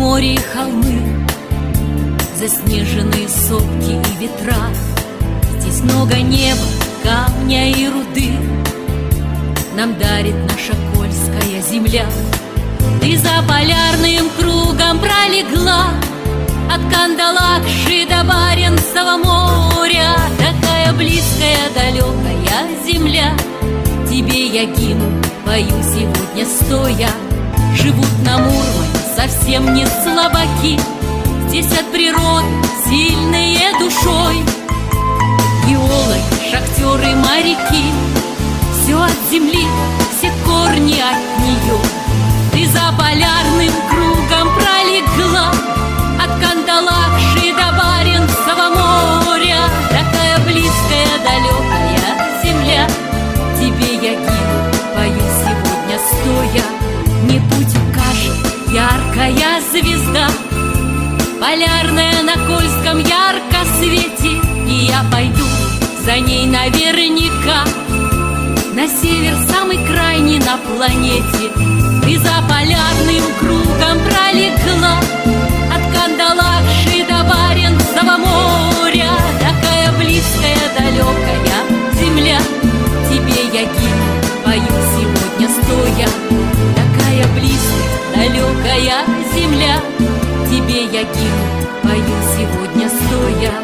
море и холмы, заснеженные сопки и ветра. Здесь много неба, камня и руды нам дарит наша Кольская земля. Ты за полярным кругом пролегла от Кандалакши до Баренцева моря. Такая близкая, далекая земля. Тебе я гимн пою сегодня стоя. Живут на Мурмане совсем не слабаки. Здесь от природы сильные душой. Геологи, шахтеры, моряки. Все от земли, все корни от нее. Ты за полярным кругом пролегла от Кандалакши до Баренцева моря. Такая близкая, далекая земля. Тебе я гимн пою сегодня стоя. Мне путь укажет яркая звезда, полярная на Кольском ярко свете. И я пойду за ней наверняка на север, самый крайний на планете. Ты за полярным кругом пролегла от Кандалакши до Баренцева моря. Такая близкая, далекая земля. Тебе я гимн пою сегодня стоя. Такая близкая, далекая земля. Тебе я гимн пою сегодня стоя.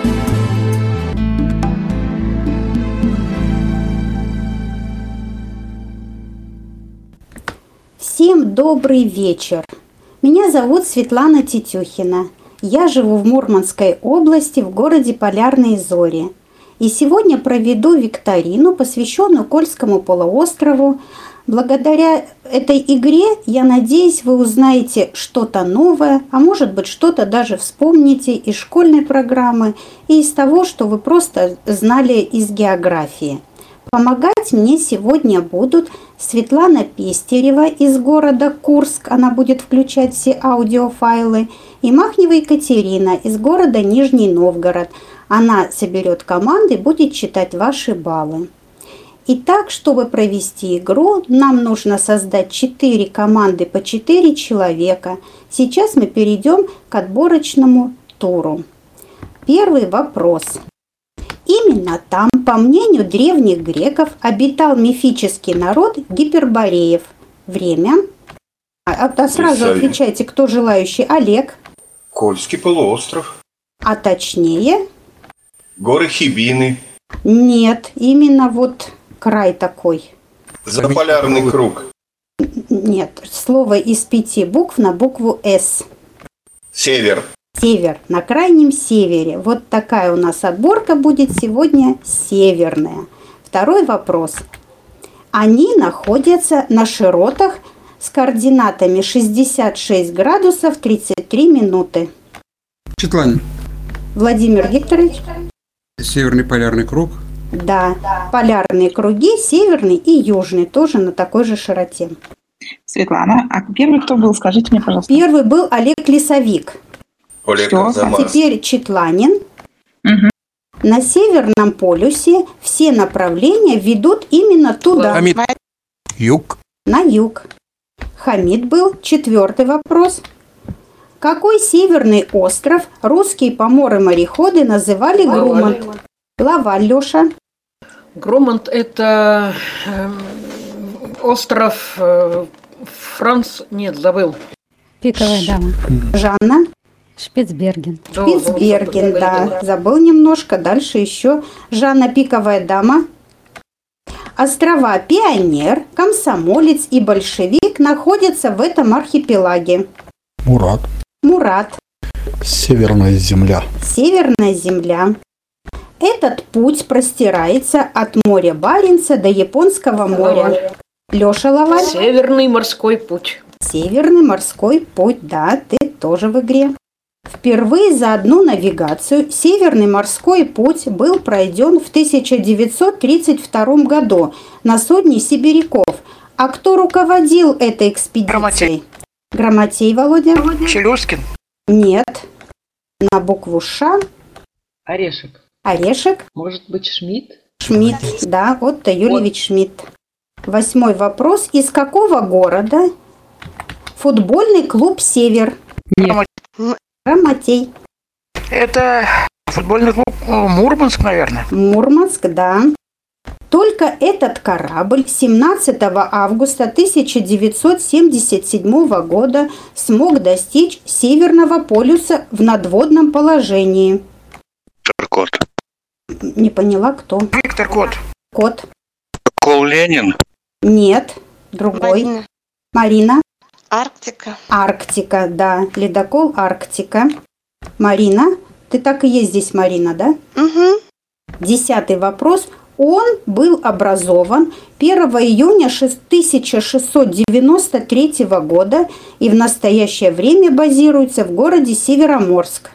Всем добрый вечер. Меня зовут Светлана Тетюхина. Я живу в Мурманской области, в городе Полярные Зори. И сегодня проведу викторину, посвященную Кольскому полуострову. Благодаря этой игре, я надеюсь, вы узнаете что-то новое, а может быть, что-то даже вспомните из школьной программы и из того, что вы просто знали из географии. Помогать мне сегодня будут Светлана Пестерева из города Курск, она будет включать все аудиофайлы, и Махнева Екатерина из города Нижний Новгород. Она соберет команды и будет читать ваши баллы. Итак, чтобы провести игру, нам нужно создать 4 команды по 4 человека. Сейчас мы перейдем к отборочному туру. Первый вопрос. Именно там, по мнению древних греков, обитал мифический народ гипербореев. Время. Сразу отвечайте, кто желающий. Олег. Кольский полуостров. А точнее? Горы Хибины. Нет, именно вот край такой. Заполярный круг. Нет, слово из 5 букв на букву «С». Север. Север, на крайнем севере. Вот такая у нас отборка будет сегодня северная. Второй вопрос. Они находятся на широтах с координатами 66 градусов 33 минуты. Светлана. Владимир Викторович. Северный полярный круг. Да, полярные круги, северный и южный, тоже на такой же широте. Светлана, а первый кто был? Скажите мне, пожалуйста. Первый был Олег Лесовик. Олег А теперь Четланин. Угу. На Северном полюсе все направления ведут именно туда. Хамид. Юг. На юг. Хамид был. 4-й вопрос. Какой северный остров русские поморы-мореходы называли Грумант? Лаваль, Леша. Грумант – это остров Нет, забыл. Пиковая дама. Жанна. Шпицберген. Шпицберген, да. Забыл немножко. Дальше еще Жанна, Пиковая дама. Острова Пионер, Комсомолец и Большевик находятся в этом архипелаге. Мурат. Мурат. Северная земля. Северная земля. Этот путь простирается от моря Баренца до Японского моря. Леша Лаваль. Северный морской путь. Северный морской путь, да, ты тоже в игре. Впервые за одну навигацию Северный морской путь был пройден в 1932 году на судне «Сибиряков». А кто руководил этой экспедицией? Грамотей. Грамотей, Володя? Челюскин. Нет. На букву «Ш». Орешек. Орешек? Может быть, Шмидт? Шмидт, да, Отто Юльевич Шмидт. 8-й вопрос. Из какого города футбольный клуб «Север»? Нет. Грамотей. Это футбольный клуб Мурманск, наверное. Мурманск, да. Только этот корабль 17 августа 1977 года смог достичь Северного полюса в надводном положении. Кот. Не поняла, кто. Виктор Кот. Кот. Кол Ленин. Нет, другой. Марина. Арктика. Арктика, да. Ледокол Арктика. Марина. Ты так и есть здесь, Марина, да? Угу. 10-й вопрос. Он был образован 1 июня 1693 года и в настоящее время базируется в городе Североморск.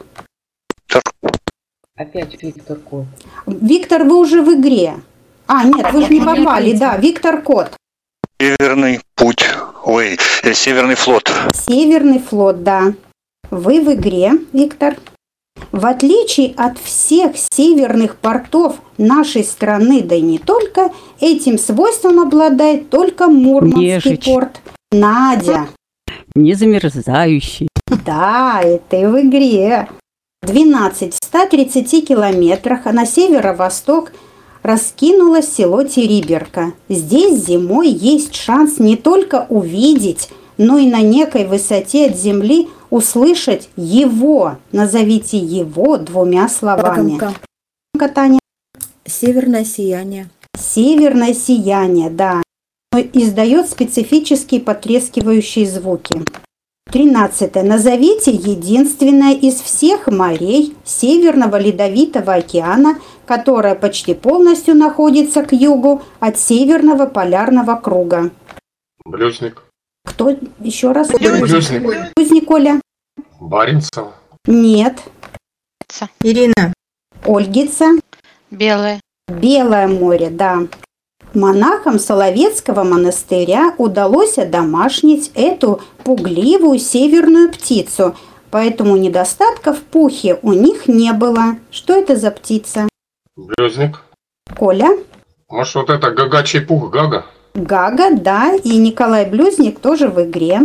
Опять Виктор Кот. Виктор, вы уже в игре. Нет, вы же не попали, да. Виктор Кот. Северный путь. Ой, Северный флот. Северный флот, да. Вы в игре, Виктор. В отличие от всех северных портов нашей страны, да и не только, этим свойством обладает только Мурманский порт. Надя. Незамерзающий. Да, это и в игре. 12 в 130 километрах, а на северо-восток раскинулось село Териберка. Здесь зимой есть шанс не только увидеть, но и на некой высоте от земли услышать его. Назовите его двумя словами. Таня. Северное сияние. Северное сияние, да. Издает специфические потрескивающие звуки. 13. Назовите единственное из всех морей Северного Ледовитого океана, которое почти полностью находится к югу от Северного полярного круга. Блюзник. Кто еще раз? Блюзник. Блюзник, Оля. Баренцево. Нет. Ирина. Ольгица. Белое. Белое море, да. Монахам Соловецкого монастыря удалось одомашнить эту пугливую северную птицу, поэтому недостатков в пухе у них не было. Что это за птица? Блюзник. Коля? Может, вот это гагачий пух, Гага? Гага, да, и Николай Блюзник тоже в игре.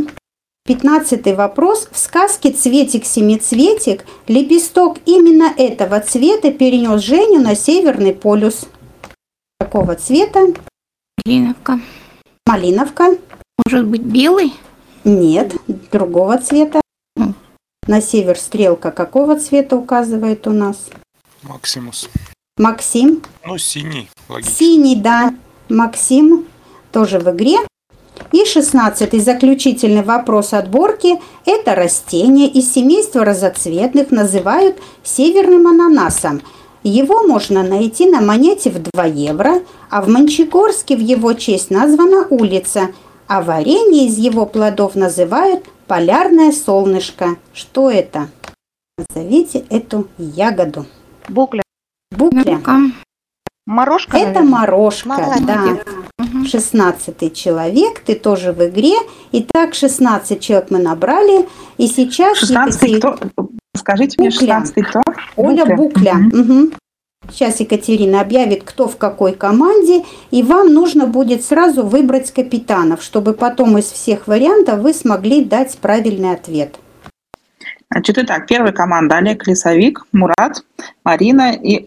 15-й вопрос. В сказке «Цветик-семицветик» лепесток именно этого цвета перенес Женю на Северный полюс. Какого цвета? Малиновка. Малиновка. Может быть, белый? Нет, другого цвета. На север стрелка какого цвета указывает у нас? Максимус. Максим. Синий. Логично. Синий, да. Максим тоже в игре. И 16-й заключительный вопрос отборки. Это растение из семейства разоцветных называют северным ананасом. Его можно найти на монете в 2 евро, а в Мончегорске в его честь названа улица, а варенье из его плодов называют полярное солнышко. Что это? Назовите эту ягоду. Букля. Букля. Морожка. Это морожка, Молодец. да. 16-й человек, ты тоже в игре. Итак, 16 человек мы набрали. И сейчас... 16-й кто? Скажите мне, 16-й кто? Оля Букля. Угу. Сейчас Екатерина объявит, кто в какой команде. И вам нужно будет сразу выбрать капитанов, чтобы потом из всех вариантов вы смогли дать правильный ответ. Значит, итак, первая команда: Олег Лесовик, Мурат, Марина и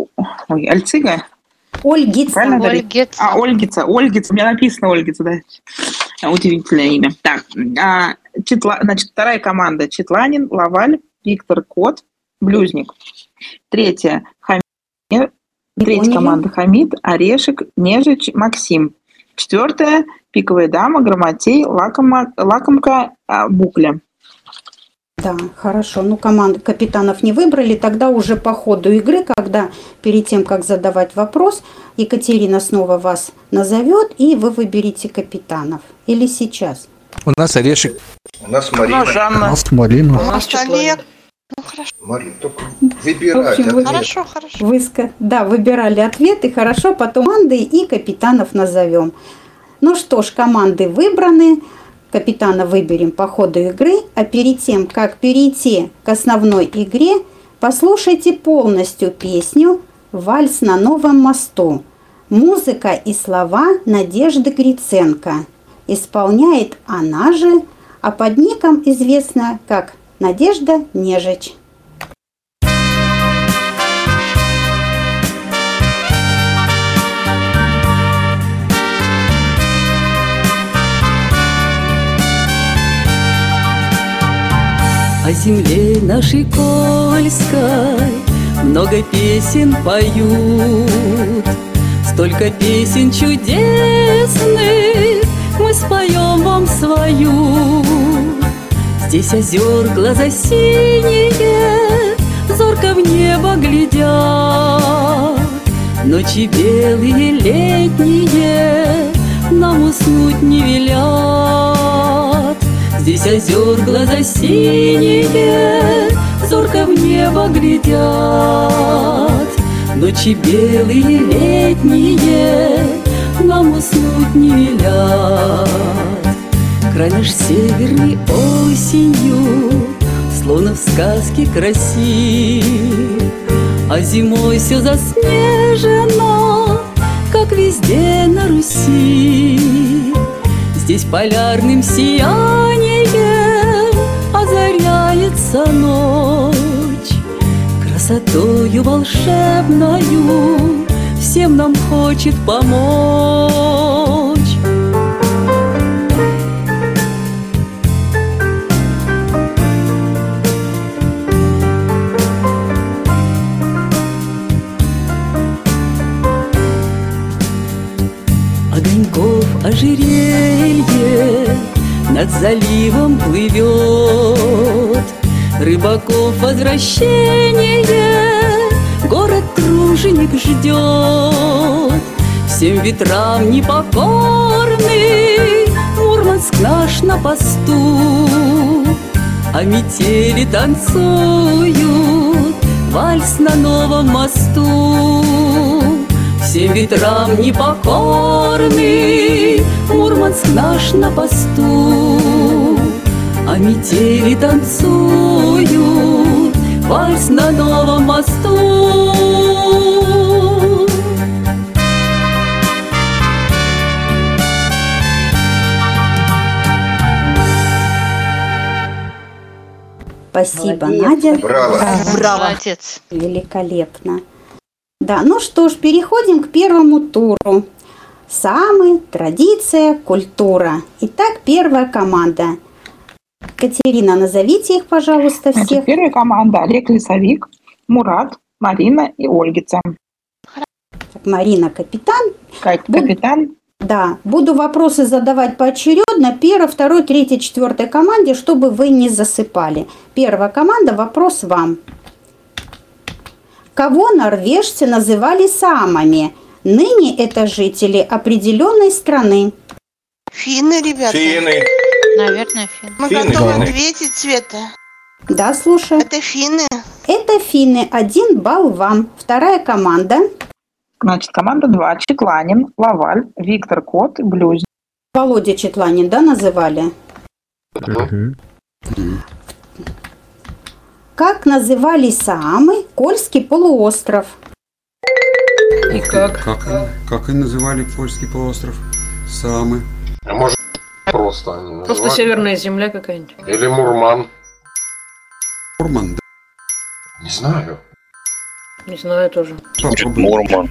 Альцига. Ольгица. Правильно, Дарья? Ольгица. Ольгица. Ольгица. У меня написано Ольгица, да. Удивительное имя. Так, значит, вторая команда: Четланин, Лаваль, Виктор Кот, Блюзник. Третья команда: Хамид, Орешек, Нежич, Максим. Четвертая — Пиковая дама, Грамотей, Лакомка, Букля. Да, хорошо. Команды капитанов не выбрали. Тогда уже по ходу игры, когда перед тем, как задавать вопрос, Екатерина снова вас назовет, и вы выберете капитанов. Или сейчас? У нас Орешек. У нас Марина. Жанна. У нас Марина. У нас Олег. Хорошо. Марина, только выбирать. В общем, Хорошо. Да, выбирали ответы. Хорошо, потом команды и капитанов назовем. Ну что ж, команды выбраны. Капитана выберем по ходу игры, а перед тем, как перейти к основной игре, послушайте полностью песню «Вальс на новом мосту». Музыка и слова Надежды Гриценко. Исполняет она же, а под ником известна как Надежда Нежич. О земле нашей Кольской много песен поют. Столько песен чудесных мы споем вам свою. Здесь озер глаза синие зорко в небо глядят. Ночи белые летние нам уснуть не велят. Здесь озер глаза синие зорко в небо глядят. Ночи белые летние нам уснуть не велят. Край наш северный осенью словно в сказке красив, а зимой все заснежено, как везде на Руси. Здесь полярным сиянием озаряется ночь, красотою волшебною всем нам хочет помочь. Огоньков ожерелье над заливом плывет, рыбаков возвращение город труженик ждет. Всем ветрам непокорный Мурманск наш на посту, а метели танцуют вальс на новом мосту. Всем ветрам непокорный Мурманск наш на посту, а метели танцуют вальс на новом мосту. Спасибо, Молодец. Надя. Браво. Браво. Молодец. Великолепно. Да, ну что ж, переходим к первому туру. Самый, традиция, культура. Итак, первая команда. Катерина, назовите их, пожалуйста, Значит, всех. первая команда: Олег Лесовик, Мурат, Марина и Ольгица. Так, Марина, капитан. Капитан. Да, буду вопросы задавать поочередно. Первой, второй, третьей, четвертой команде, чтобы вы не засыпали. Первая команда, вопрос вам. Кого норвежцы называли саамами? Ныне это жители определенной страны. Финны, ребята. Финны. Наверное, финны. Мы Финны, готовы финны. ответить, Света. Да, слушаю. Это финны. Это финны. 1 балл вам. Вторая команда. Значит, команда 2. Четланин, Лаваль, Виктор Кот и Блюзник. Володя Четланин, да, называли? Как называли саамы Кольский полуостров? И как? Как и называли польский полуостров? Самы. А может, просто они Просто называют? северная земля какая-нибудь. Или Мурман? Мурман, да. Не знаю. Не знаю тоже. Попробуй. Мурман.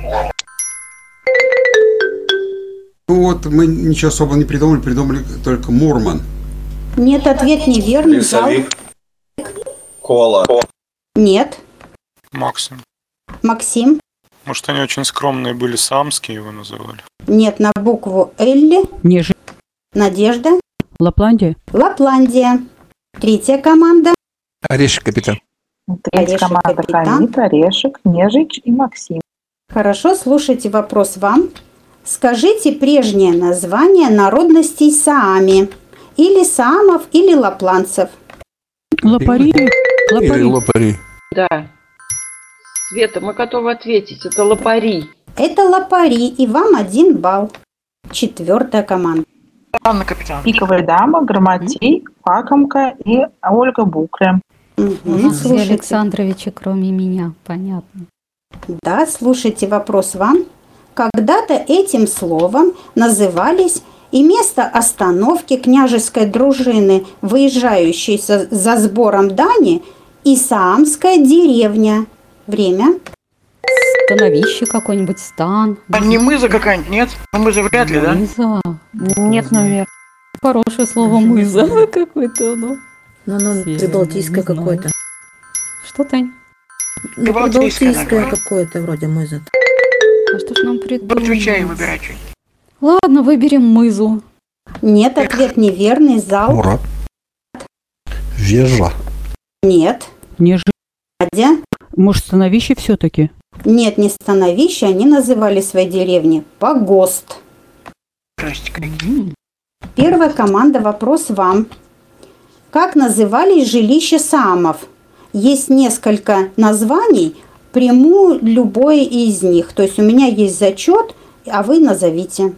Ну вот, мы ничего особо не придумали только Мурман. Нет, ответ неверный. Зал. Лесовик. Кола. Нет. Максим. Максим. Может, они очень скромные были, самские его называли? Нет, на букву Л. Неже. Надежда. Лапландия. Лапландия. Третья команда. Орешек, капитан. Третья Орешек, команда: капитан. Хамид, Орешек, Нежич и Максим. Хорошо, слушайте вопрос вам. Скажите прежнее название народностей саами. Или саамов, или лапландцев. Лапари. Или лопари. Да. Света, мы готовы ответить. Это лопари. Это лапари, и вам 1 балл. Четвертая команда. Анна, капитан. Пиковая дама, Грамотей, Пакомка и Ольга Букля. Слушайте. Александровича, кроме меня, понятно. Да, слушайте вопрос вам. Когда-то этим словом назывались И место остановки княжеской дружины, выезжающей за сбором дани, и Саамская деревня. Время. Становище какой-нибудь, стан. А не мыза какая-нибудь, нет? Мыза вряд ли, да? Мыза. Нет, наверное. Хорошее слово мыза какое-то, ну. Ну, прибалтийское какое-то. Что, Тань? Ну, Прибалтийское, прибалтийское наверное. какое-то вроде мыза. А что ж нам придумать? Отвечай, выбирай что-нибудь. Ладно, выберем мызу. Нет, ответ неверный. Зал. Мурат. Вежа. Нет. Не ж... Надя. Может, становище все-таки? Нет, не становище, они называли свои деревни погост. Здрасте, какие. Первая команда, вопрос вам. Как назывались жилища саамов? Есть несколько названий, приму любое из них. То есть у меня есть зачет, а вы назовите.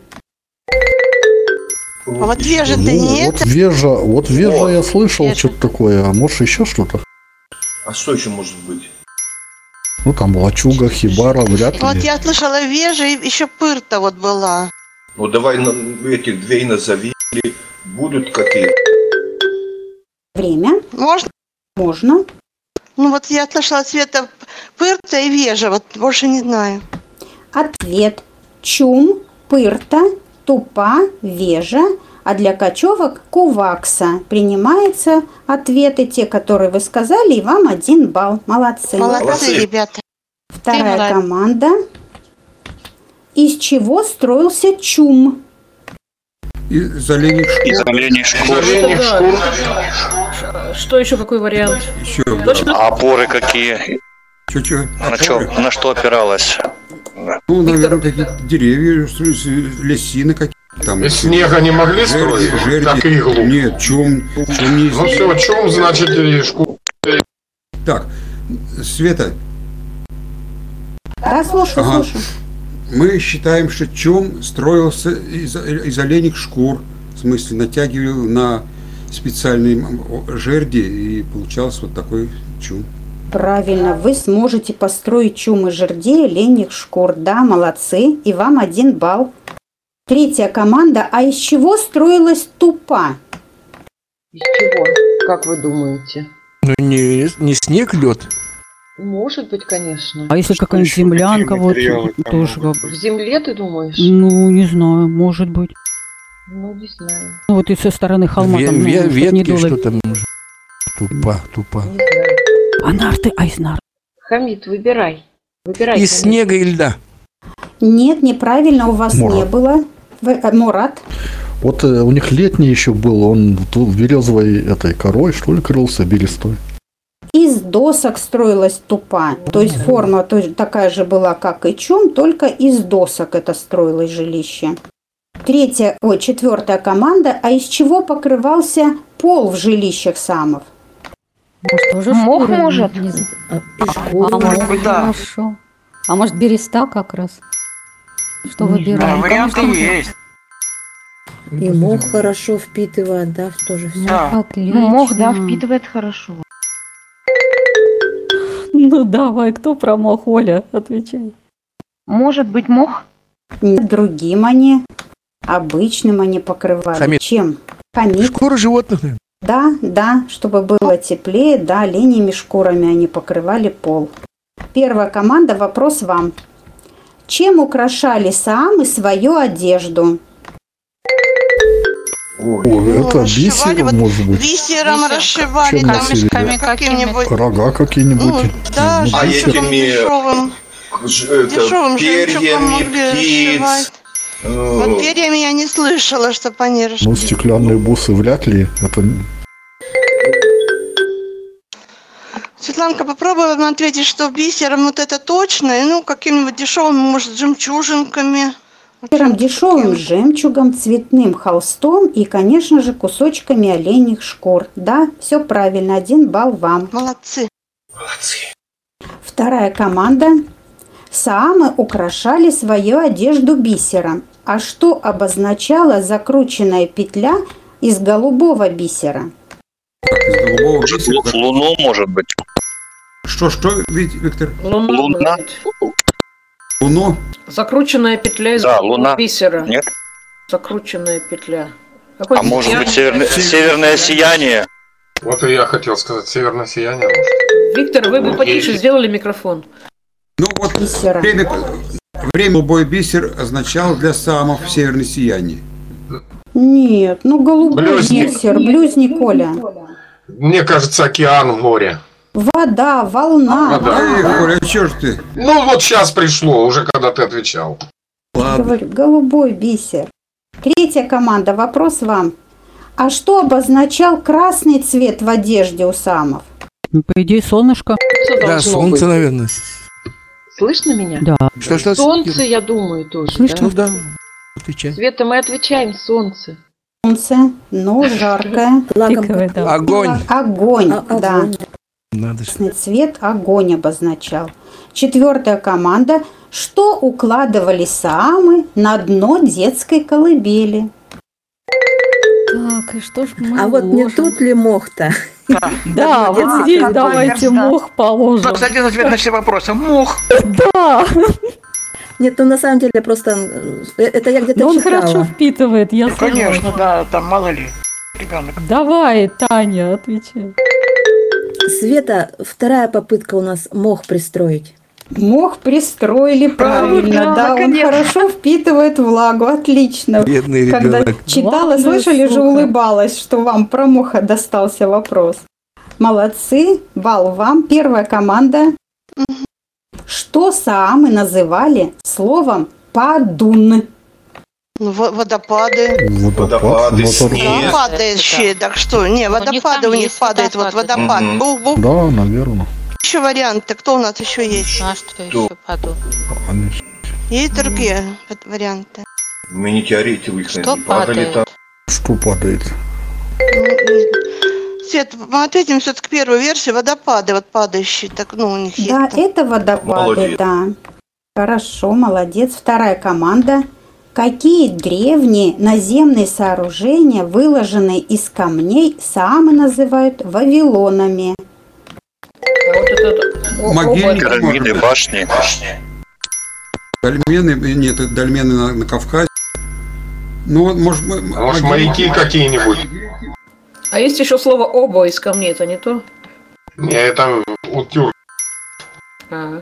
А вот вежа-то нет. Вот Вежа я слышал что-то такое, а может еще что-то? А что еще может быть? Ну там лачуга, хибара, вряд ли. Вот я слышала вежа, и еще пырта вот была. Ну давай этих две назови. Будут какие? Время. Можно? Можно. Ну вот я слышала цвета пырта и вежа, вот больше не знаю. Ответ. Чум, пырта, тупа, вежа. А для кочевок кувакса. Принимаются ответы, те, которые вы сказали, и вам 1 балл. Молодцы. Молодцы, ребята. Вторая команда. Из чего строился чум? Из оленей шкур. Из оленей шкур. Оленей шкур. Что еще, какой вариант? Еще. А опоры какие? Чё? На что опиралась? Ну, наверное, какие-то деревья, лесины какие-то там. Из снега не могли строить? Как иглу? Нет, чум не Ну все, чум, значит, и шкур. Так, Света, Да, слушаю, Ага. слушаю. мы считаем, что чум строился из оленьих шкур. В смысле, натягивал на специальные жерди, и получался вот такой чум. Правильно, вы сможете построить чум из жердей оленьих шкур. Да, молодцы. И вам 1 балл. Третья команда. А из чего строилась тупа? Из чего? Как вы думаете? Ну не снег, лед. Может быть, конечно. А если какая-нибудь землянка, вот тоже как бы. В земле, ты думаешь? Ну, не знаю, может быть. Ну, не знаю. Ну, вот и со стороны холма там, ну, чтоб не Ветки, дуло. что там может. Тупа. Не знаю. А нарты, а из нарт? Хамид, выбирай. Выбирай. Из Хамид. снега и льда. Нет, неправильно, у вас Мурат. не было. Мурат. Вот у них летний еще был, он березовой этой корой, что ли, крылся, берестой. Из досок строилась тупа. То есть форма такая же была, как и чум, только из досок это строилось жилище. Четвертая команда. А из чего покрывался пол в жилищах самов? Может, тоже Мох шкура? может. Не знаю. И шкура. Может, быть, да. хорошо. А может, береста как раз? Что выбираем? Варианты есть. И мох хорошо впитывает, да, тоже все. Да. Отлично. Мох, да, впитывает хорошо. Ну давай, кто про мох, Оля? Отвечай. Может быть, мох? Нет, другим они, обычным они покрывали. Хамид. Чем? Хамид. Шкуры животных. Да, чтобы было теплее, да, оленями шкурами они покрывали пол. Первая команда, вопрос вам. Чем украшали саамы свою одежду? Это бисер, вот может быть. Бисером расшивали, Чем там насилие? каким-нибудь, Рога какие-нибудь. да, А жемчугом этими дешевым. Дешевым жемчугом перьями могли расшивать. птиц. Вот перьями я не слышала, чтобы они Ну, расшивали. стеклянные бусы вряд ли. Это Светланка, попробуй вам ответить, что бисером вот это точно, и, ну, каким-нибудь дешевым, может, жемчужинками. Дешевым жемчугом, цветным холстом и, конечно же, кусочками оленьих шкур. Да, все правильно, 1 балл вам. Молодцы. Вторая команда. Саамы украшали свою одежду бисером. А что обозначала закрученная петля из голубого бисера? Из голубого бисера. Луну, может быть. Что, Виктор? Луна. Луно? Закрученная петля из Да, луна. бисера. Нет? Закрученная петля. А может быть северное сияние? Вот и я хотел сказать, северное сияние. Виктор, вы бы потише сделали микрофон. Ну вот время голубой бисер означал для самов северное сияние. Нет, ну голубой Блюзник. бисер, блюзник, Коля. Мне кажется, океан, море. Вода, волна. Вода. Да. Коля, чё ж ты? Ну вот сейчас пришло, уже когда ты отвечал. Говорю, голубой бисер. Третья команда, вопрос вам. А что обозначал красный цвет в одежде у самов? По идее, солнышко. Да, солнце, наверное. Слышно меня? Да. Что? Солнце, я думаю, тоже. Слышно? Да? Да. Отвечай. Света, мы отвечаем солнце. Солнце, но жаркое. Пиковое, да. Огонь. Огонь, да. Надо. Красный цвет огонь обозначал. Четвертая команда. Что укладывали самы на дно детской колыбели? Так, и что ж мы А вот не ложим? тут ли мох-то? Да, вот здесь давайте мох положим. Кстати, ответ на все вопросы. Мох. Да, Нет, ну на самом деле просто это я где-то но он читала. хорошо впитывает, я согласна. да, там мало ли. Ребенок. Давай, Таня, отвечай. Света, вторая попытка у нас мох пристроить. Мох пристроили правильно, да, он хорошо впитывает влагу, отлично. Бедный Когда ребенок. читала, Главное, слышали же, слуха. улыбалась, что вам про моха достался вопрос. Молодцы, бал вам. Первая команда. Что самы называли словом падун? Ну, водопады. Водопады, снег. Падающие, так что? Не, водопады у них падает, вот водопад. Мгм. Бух-бух. Да, наверное. Еще варианты, кто у нас еще есть? А что еще паду? Есть другие варианты? Метеориты в их Что не падали там. Что падает? Свет, мы ответим все-таки первую версию. Водопады, вот падающие, так, ну, у них Да, есть. там. это водопады, Молодец. да. Хорошо, молодец. Вторая команда. Какие древние наземные сооружения, выложенные из камней, самы называют Вавилонами? А вот это Могильник, Пирамиды, может быть. башни. Дольмены, нет, это дольмены на Кавказе. Ну, вот, может, Может, маяки какие-нибудь? А есть еще слово оба из камней, это не то? Не, это утюг. А.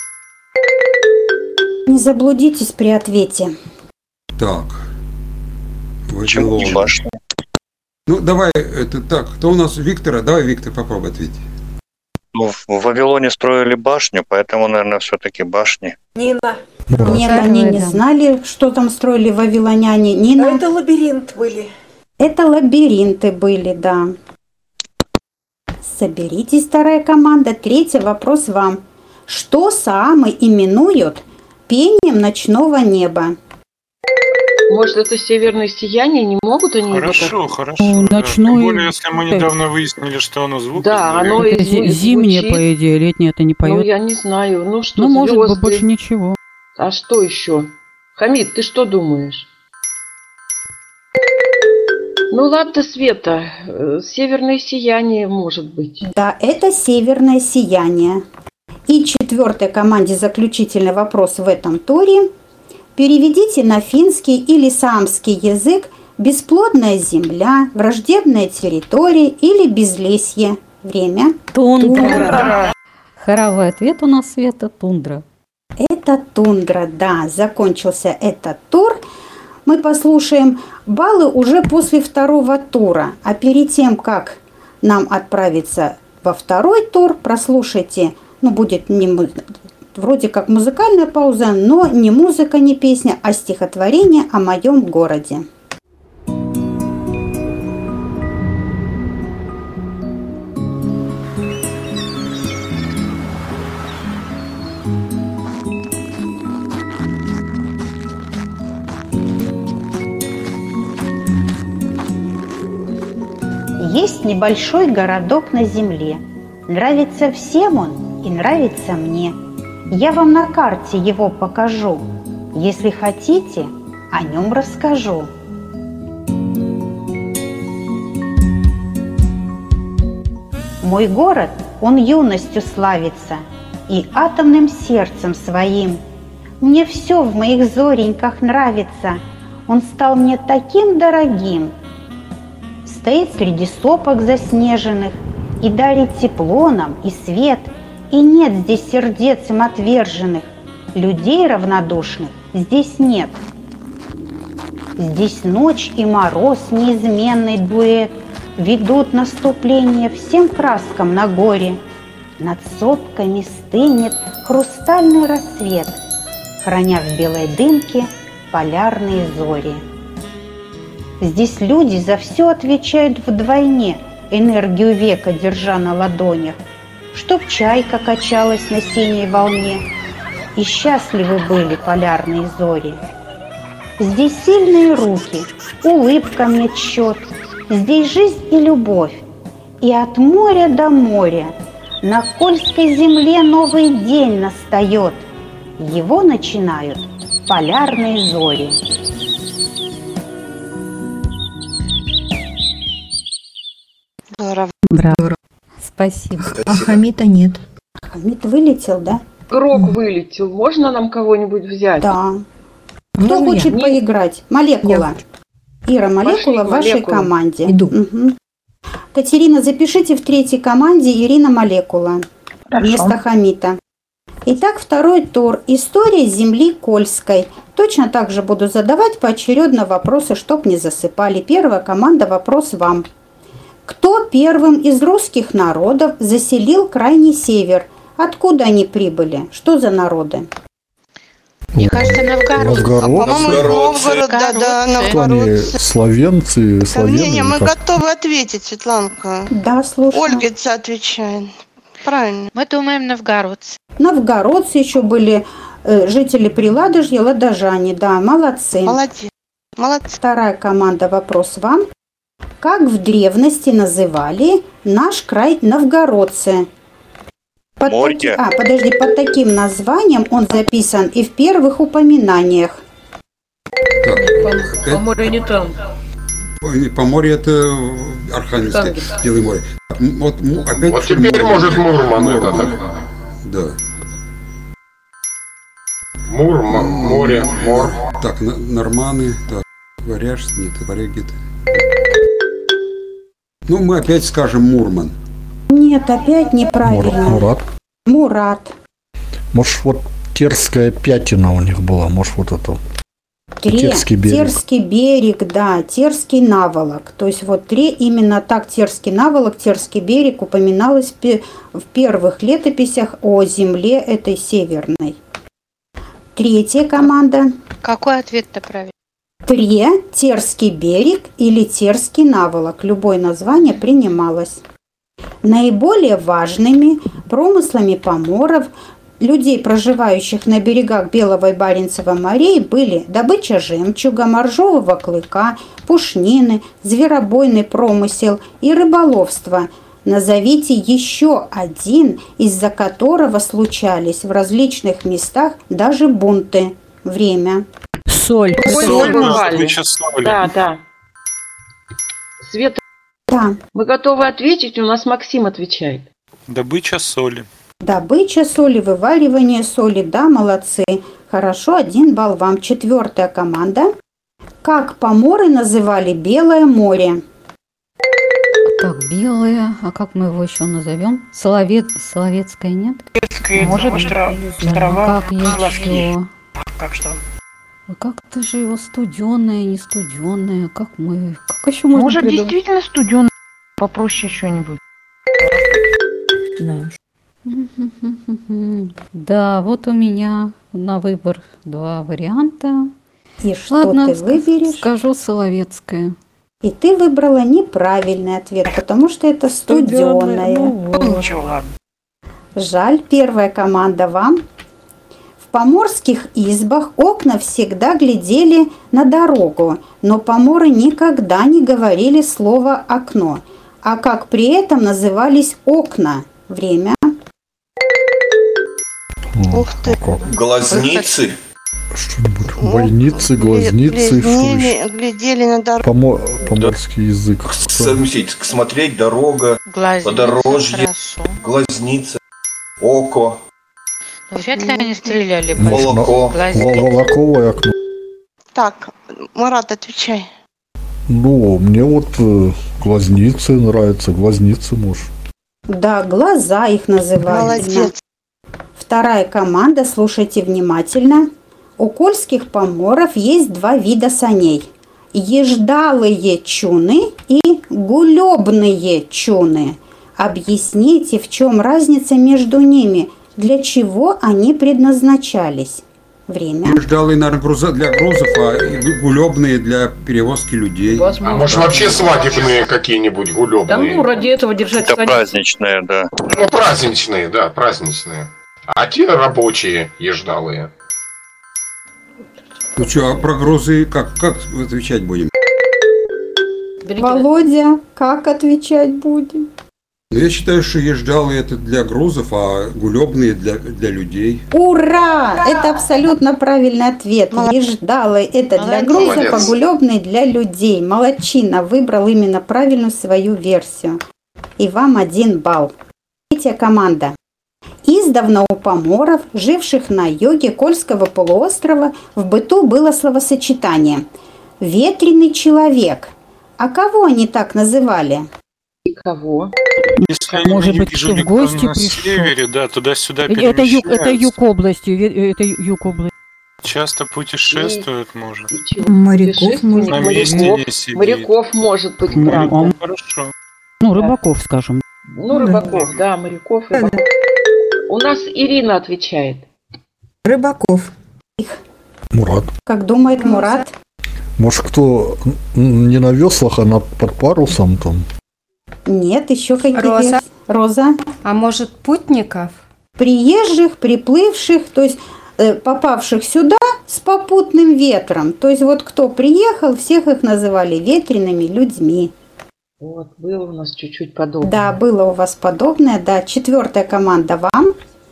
Не заблудитесь при ответе. Так. Почему Вавилон. башни? Ну, давай, это так, кто у нас? Виктора? Давай, Виктор, попробуй ответить. Ну, в Вавилоне строили башню, поэтому, наверное, все-таки башни. Нина. Нет, они не да. знали, что там строили вавилоняне. Нина? Это лабиринт были. Это лабиринты были, да. Соберитесь, вторая команда. Третий вопрос вам. Что самы именуют пением ночного неба? Может, это северное сияние? Не могут они его Хорошо, хорошо. Ну, да. ночной- Тем более, если мы недавно выяснили, что оно звук Да, издает. оно Это и зимнее, звучит. по идее, летнее это не Ну, поет. я не знаю. Ну, что, Ну, может быть, звезды? больше ничего. А что еще? Хамид, ты что думаешь? Ну, ладно, Света. Северное сияние, может быть. Да, это северное сияние. И четвертой команде заключительный вопрос в этом туре. Переведите на финский или саамский язык «бесплодная земля», «враждебная территория» или «безлесье». Время. Тундра. Хоровой ответ у нас, Света, тундра. Это тундра, да. Закончился этот тур. Мы послушаем баллы уже после второго тура. А перед тем, как нам отправиться во второй тур, прослушайте, ну, будет не вроде как музыкальная пауза, но не музыка, не песня, а стихотворение о моем городе. Есть небольшой городок на земле. Нравится всем он и нравится мне. Я вам на карте его покажу. Если хотите, о нем расскажу. Мой город, он юностью славится и атомным сердцем своим. Мне все в моих зореньках нравится. Он стал мне таким дорогим. Стоит среди сопок заснеженных и дарит тепло нам и свет. И нет здесь сердец им отверженных, людей равнодушных здесь нет. Здесь ночь и мороз, неизменный дуэт, ведут наступление всем краскам на горе. Над сопками стынет хрустальный рассвет, храня в белой дымке полярные зори. Здесь люди за все отвечают вдвойне, энергию века держа на ладонях, чтоб чайка качалась на синей волне, и счастливы были полярные зори. Здесь сильные руки, улыбка мне тчет, здесь жизнь и любовь, и от моря до моря на Кольской земле новый день настает. Его начинают полярные зори. Здорово. Браво. Спасибо. А Хамита нет. Хамид вылетел, да? Игрок вылетел. Можно нам кого-нибудь взять? Да. Кто Можно хочет я? поиграть? Молекула. Ира, молекула в вашей молекула. команде. Иду. Мгм. Катерина, запишите в третьей команде Ирина Молекула. Вместо Хамита. Итак, второй тур. История земли Кольской. Точно так же буду задавать поочередно вопросы, чтоб не засыпали. Первая команда, вопрос вам. Кто первым из русских народов заселил крайний север? Откуда они прибыли? Что за народы? Мне кажется, Новгород. По-моему, Новгород, да, Кто они? Новгородцы. Славянцы, Да славяне? не, мы или как? готовы ответить, Светланка. Да, слушаю. Ольгица отвечает. Правильно. Мы думаем новгородцы. Новгородцы еще были, жители Приладожья, ладожане. Да, молодцы. Молодец. Молодцы. Вторая команда, вопрос вам. Как в древности называли наш край новгородцы? Морье. Под таким названием он записан и в первых упоминаниях. Так, Поморье не там. Поморье это Архангельское, Белое море. Вот, опять Вот теперь может Мурман это, да? Да. Море, мор. Так, норманы, так, варяж, нет, варяг где-то. Ну, мы опять скажем Мурман. Нет, опять неправильно. Мурат. Мурат. Может, вот Терская пятина у них была, может, вот это. Терский берег. Терский берег, да, Терский наволок. То есть вот именно так Терский наволок, Терский берег упоминалось в первых летописях о земле этой северной. Третья команда. Какой ответ-то правильный? Терский берег или Терский наволок. Любое название принималось. Наиболее важными промыслами поморов, людей, проживающих на берегах Белого и Баренцева морей, были добыча жемчуга, моржового клыка, пушнины, зверобойный промысел и рыболовство. Назовите еще один, из-за которого случались в различных местах даже бунты. Время. Соль. Соль бывали. Добыча соли. Да. Света, Да. мы готовы ответить, у нас Максим отвечает. Добыча соли. Добыча соли, вываривание соли. Да, молодцы. Хорошо, 1 балл вам. Четвертая команда. Как поморы называли Белое море? Так, белое. А как мы его еще назовем? Соловецкое, нет? Может, Да, как еще? Как что? Как-то же его студеное, не студеное. Как еще можно Может, придумать? действительно студеный? Попроще что-нибудь. Да. Да, вот у меня на выбор 2 варианта. И что Ладно, ты выберешь? скажу соловецкое. И ты выбрала неправильный ответ, потому что это студеное. Ничего, ладно. Жаль, первая команда вам. В поморских избах окна всегда глядели на дорогу, но поморы никогда не говорили слово «окно». А как при этом назывались окна? Время. Ух ты. Глазницы. Что-нибудь. Больницы, глазницы, что еще? Глядели на дорогу. Поморский язык. Совместить. Смотреть, дорога, подорожье, глазница, око, Вряд ли они стреляли. молоко. Волоковое окно. Так, Марат, отвечай. Ну, мне вот глазницы нравятся, глазницы, может. Да, глаза их называют. Молодец. Вторая команда, слушайте внимательно. У кольских поморов есть два вида саней. Еждалые чуны и гулебные чуны. Объясните, в чем разница между ними, для чего они предназначались. Время. Еждалые, наверное, для грузов, а гулебные для перевозки людей. А может вообще свадебные какие-нибудь гулебные? Да ну, ради этого держать Это праздничные, да. Ну, праздничные, да, праздничные. А те рабочие еждалые. Ну что, а про грузы как отвечать будем? Володя, как отвечать будем? Ну, я считаю, что еждалые это для грузов, а гулебные для людей. Ура! Это абсолютно правильный ответ. Еждалые это для грузов, а гулебные для людей. Молодчина, выбрал именно правильную свою версию. И вам 1 балл. Третья команда. Издавна у поморов, живших на юге Кольского полуострова, в быту было словосочетание «ветреный человек». А кого они так называли? И кого? Если они Может на быть, юге кто в жили, гости кто на пришел? севере, да, туда-сюда Это юг перемещаются. области, это юг области. Часто путешествуют, может. Моряков, может На быть. месте не сидеть. Моряков может быть. Моряков, хорошо. Ну, рыбаков, скажем. Ну, рыбаков, да, моряков, рыбаков. У нас Ирина отвечает. Рыбаков. Мурат. Как думает Мурат? Может, кто не на веслах, а под парусом там? Нет, еще какие-то. Роза. Роза. А может, путников? Приезжих, приплывших, то есть попавших сюда с попутным ветром. То есть вот кто приехал, всех их называли ветреными людьми. Вот, было у нас чуть-чуть подобное. Да, было у вас подобное. Да, 4-я команда вам.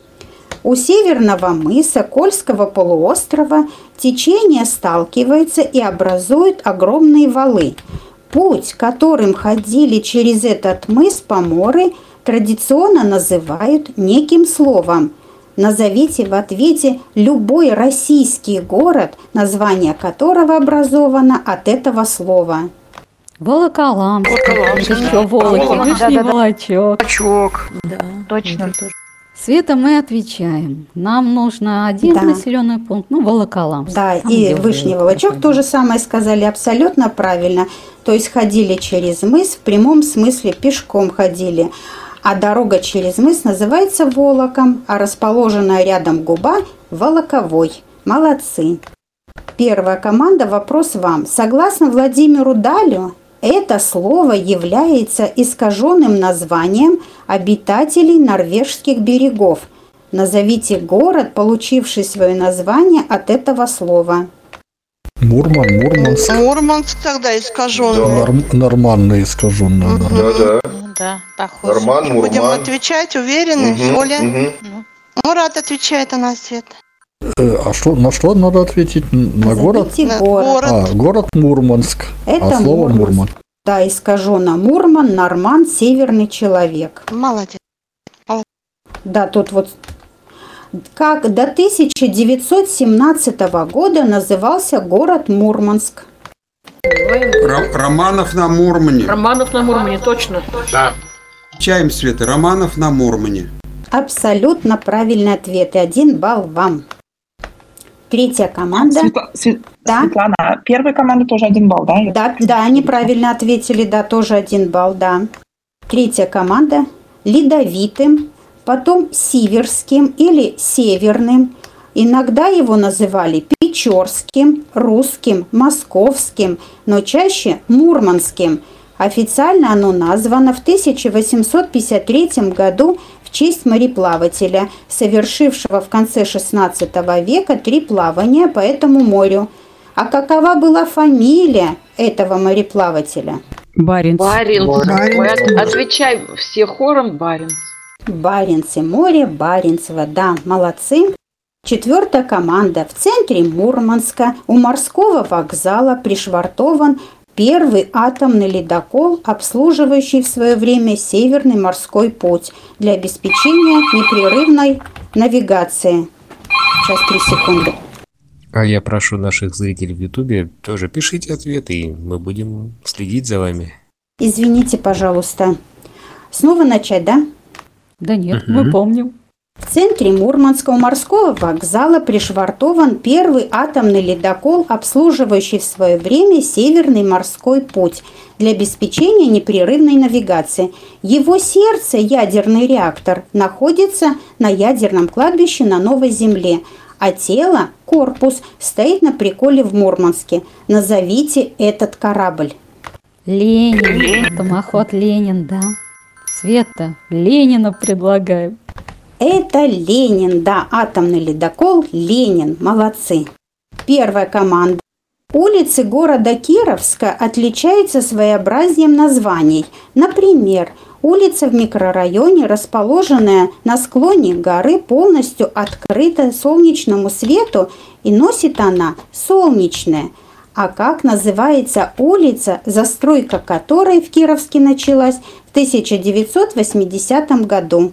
У северного мыса Кольского полуострова течение сталкивается и образует огромные валы. Путь, которым ходили через этот мыс поморы, традиционно называют неким словом. Назовите в ответе любой российский город, название которого образовано от этого слова. Волоколамск. Еще Волоки, Вышний Волочок. Да, Точно. тоже. Света, мы отвечаем. Нам нужно один Да. населенный пункт, ну, Волоколамск. Да, Там, и где Вышний Волок Волочок проходит. то же самое сказали абсолютно правильно. То есть ходили через мыс, в прямом смысле пешком ходили. А дорога через мыс называется Волоком, а расположенная рядом губа – Волоковой. Молодцы. Первая команда, вопрос вам. Согласно Владимиру Далю, это слово является искаженным названием обитателей норвежских берегов. Назовите город, получивший свое название от этого слова. Мурманск. Мурманск тогда искаженный. Норманный искаженный. Да. Да, похоже. Норман, Будем Мурман. отвечать, уверены? Оля? Мурат отвечает на ответ. А что, на что надо ответить? На город? Назовите город. А, город Мурманск. Это А слово Мурманск. Мурман. Да, искаженно Мурман, Норман, северный человек. Молодец. Да, тут вот как до 1917 года назывался город Мурманск. Романов на Мурмане. Романов на Мурмане, точно. Да. Чаем, Света, Романов на Мурмане. Абсолютно правильный ответ. И 1 балл вам. Третья команда. Да? Светлана, первая команда тоже 1 балл, да? Да, они правильно ответили, да, тоже 1 балл, да. Третья команда. Ледовитым, потом сиверским или северным. Иногда его называли печорским, русским, московским, но чаще мурманским. Официально оно названо в 1853 году в честь мореплавателя, совершившего в конце XVI века 3 плавания по этому морю. А какова была фамилия этого мореплавателя? Баренц. Баренц. Баренц. Мы отвечаем все хором Баренц. Баренц и море, Баренцево. Да, молодцы. 4-я команда. В центре Мурманска у морского вокзала пришвартован первый атомный ледокол, обслуживающий в свое время Северный морской путь для обеспечения непрерывной навигации. Сейчас 3 секунды. А я прошу наших зрителей в Ютубе тоже пишите ответы, и мы будем следить за вами. Извините, пожалуйста. Снова начать, да? Да нет, мы помним. В центре Мурманского морского вокзала пришвартован первый атомный ледокол, обслуживающий в свое время Северный морской путь для обеспечения непрерывной навигации. Его сердце, ядерный реактор, находится на ядерном кладбище на Новой Земле, а тело, корпус, стоит на приколе в Мурманске. Назовите этот корабль. Ленин. Томоход Ленин, да. Света, Ленина предлагаем. Это Ленин, да, атомный ледокол Ленин. Молодцы. Первая команда. Улицы города Кировска отличаются своеобразием названий. Например, улица в микрорайоне, расположенная на склоне горы, полностью открыта солнечному свету, и носит она солнечное. А как называется улица, застройка которой в Кировске началась в 1980 году?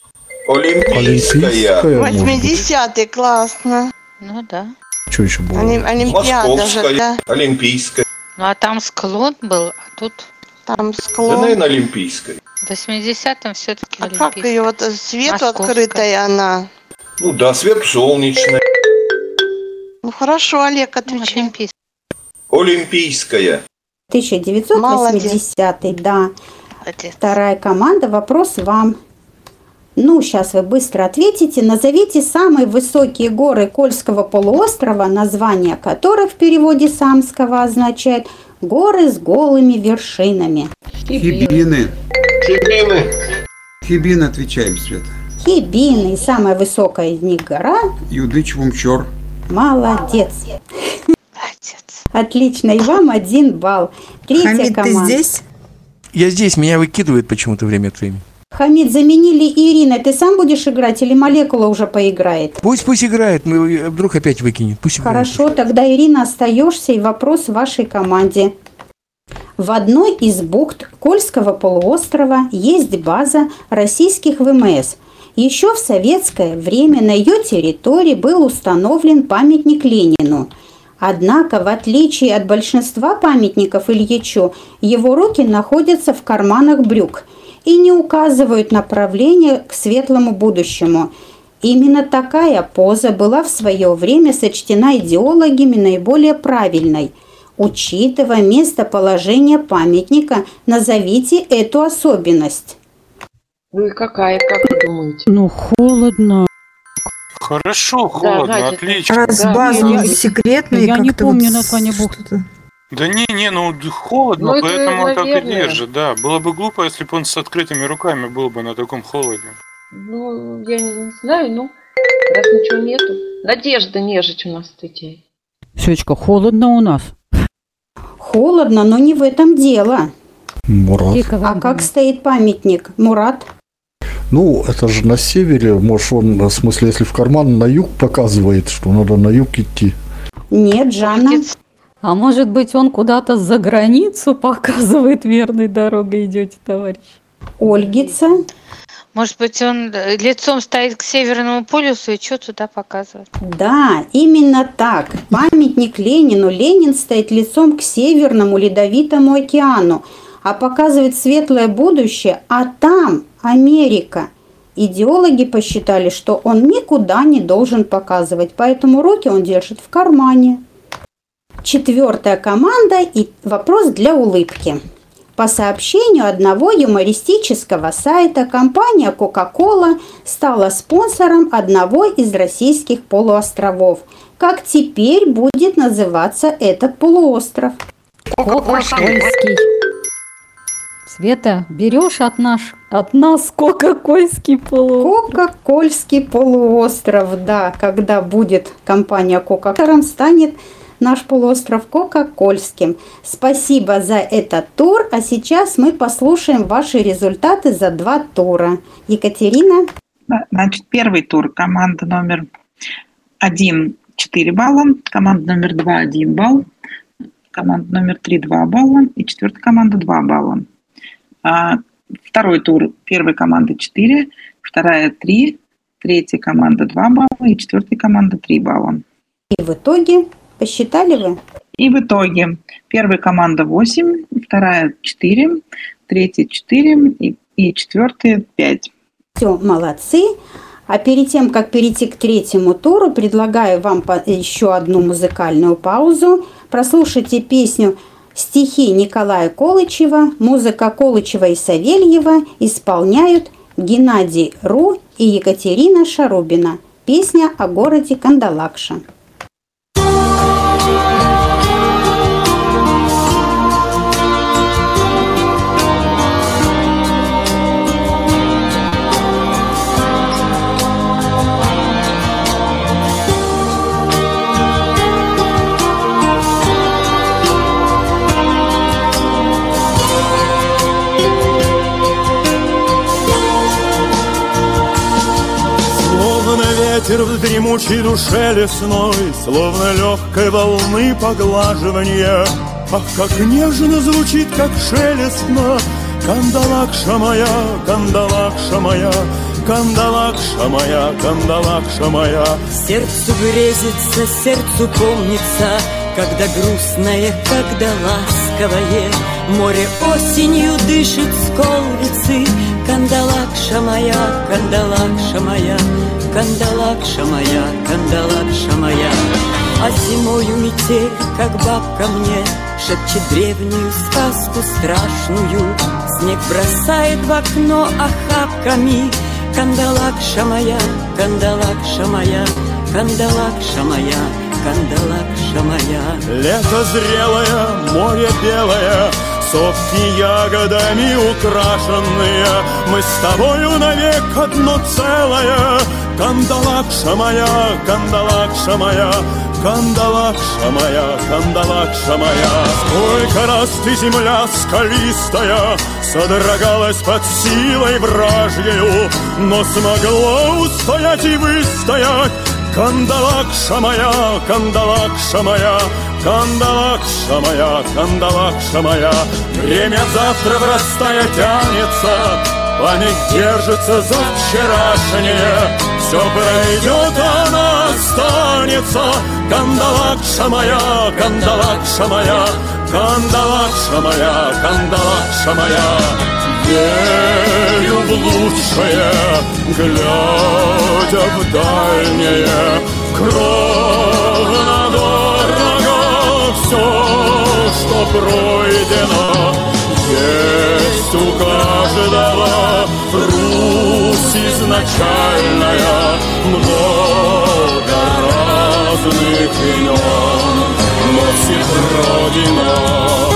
Олимпийская. 80-й, классно. Ну да. Что еще было? Олимпиада же, да? Олимпийская. Ну а там склон был, а тут Там Да, склон. наверное, Олимпийская. в 80-м все-таки А как ее вот свету Московская. открытая она? Ну да, свет солнечный. Ну хорошо, Олег, отвечай. Олимпийская. 1980, да. Молодец. Вторая команда. Вопрос вам. Ну, сейчас вы быстро ответите. Назовите самые высокие горы Кольского полуострова, название которых в переводе с самского означает «горы с голыми вершинами». Хибины. Хибины. Хибины отвечаем, Света. Хибины. И самая высокая из них гора. Юдыч-Вумчор. Молодец. Молодец. Отлично. И вам 1 балл. Третья Хамид, ты команда. здесь? Я здесь, меня выкидывает почему-то время от времени. Хамид, заменили Ирина. Ты сам будешь играть или молекула уже поиграет? Пусть играет, мы вдруг опять выкинет. Пусть играет. Хорошо, тогда, Ирина, остаешься, и вопрос вашей команде. В одной из бухт Кольского полуострова есть база российских ВМС. Еще в советское время на ее территории был установлен памятник Ленину. Однако, в отличие от большинства памятников Ильичу, его руки находятся в карманах брюк и не указывают направление к светлому будущему. Именно такая поза была в свое время сочтена идеологами наиболее правильной. Учитывая местоположение памятника, назовите эту особенность. Вы какая, как вы думаете? Ну, холодно. Хорошо, холодно, значит, отлично. Раз базы я- секретные, я не как-то помню вот название бухт. что-то. Да ну холодно, Ну, это, поэтому он так и наверное. держит, да. Было бы глупо, если бы он с открытыми руками был бы на таком холоде. Ну, я не знаю, ну, раз ничего нету. Надежда Нежич у нас отвечает. Сечка, холодно у нас. Холодно, но не в этом дело. Мурат. А как стоит памятник? Мурат? Ну, это же на севере, может, он, в смысле, если в карман на юг показывает, что надо на юг идти. Нет, Жанна. А может быть, он куда-то за границу показывает, верной дорогой идете, товарищ? Ольгица? Может быть, он лицом стоит к Северному полюсу и что туда показывает? Да, именно так. Памятник Ленину. Ленин стоит лицом к Северному Ледовитому океану, а показывает светлое будущее, а там Америка. Идеологи посчитали, что он никуда не должен показывать, поэтому руки он держит в кармане. Четвертая команда и вопрос для улыбки. По сообщению одного юмористического сайта, компания Coca-Cola стала спонсором одного из российских полуостровов. Как теперь будет называться этот полуостров? Кока-кольский. Света, берешь от нас Кока-кольский полуостров? Кока-кольский полуостров, да. Когда будет компания Coca-Cola, станет наш полуостров Кока-кольским. Спасибо за этот тур, а сейчас мы послушаем ваши результаты за 2 тура. Екатерина? Значит, первый тур. Команда номер 1 – 4 балла, команда номер 2 – 1 балл, команда номер 3 – 2 балла и четвертая команда – 2 балла. Второй тур. Первая команда 4, вторая 3, третья команда 2 балла и четвертая команда 3 балла. И в итоге, посчитали вы? И в итоге первая команда 8, вторая 4, третья 4 и четвертая 5. Все, молодцы. А перед тем, как перейти к третьему туру, предлагаю вам еще одну музыкальную паузу. Прослушайте песню «Стихи Николая Колычева», музыка Колычева и Савельева исполняют Геннадий Ру и Екатерина Шарубина. Песня о городе Кандалакша. Ветер в дремучей душе лесной, словно легкой волны поглаживания. Ах, как нежно звучит, как шелестно. Кандалакша моя, кандалакша моя, кандалакша моя, кандалакша моя. Сердцу грезится, сердцу помнится, когда грустное, когда ласковое. Море осенью дышит сколвицы. Кандалакша моя, кандалакша моя, кандалакша моя, кандалакша моя. А зимою метель, как бабка мне, шепчет древнюю сказку страшную. Снег бросает в окно охапками. Кандалакша моя, кандалакша моя, кандалакша моя, кандалакша моя. Лето зрелое, море белое, сопки ягодами украшенные. Мы с тобою навек одно целое. Кандалакша моя, кандалакша моя, кандалакша моя, кандалакша моя. Сколько раз ты, земля скалистая, содрогалась под силой вражьею, но смогла устоять и выстоять. Кандалакша моя, кандалакша моя, кандалакша моя, кандалакша моя. Время завтра врастая тянется, память держится за вчерашнее. Все пройдет, а она останется. Кандалакша моя, кандалакша моя, кандалакша моя, кандалакша моя. Верю в лучшее, глядя в дальнее. Кровно дорого все, что пройдено. Есть у каждого Русь изначальная, много разных имен носит Родина.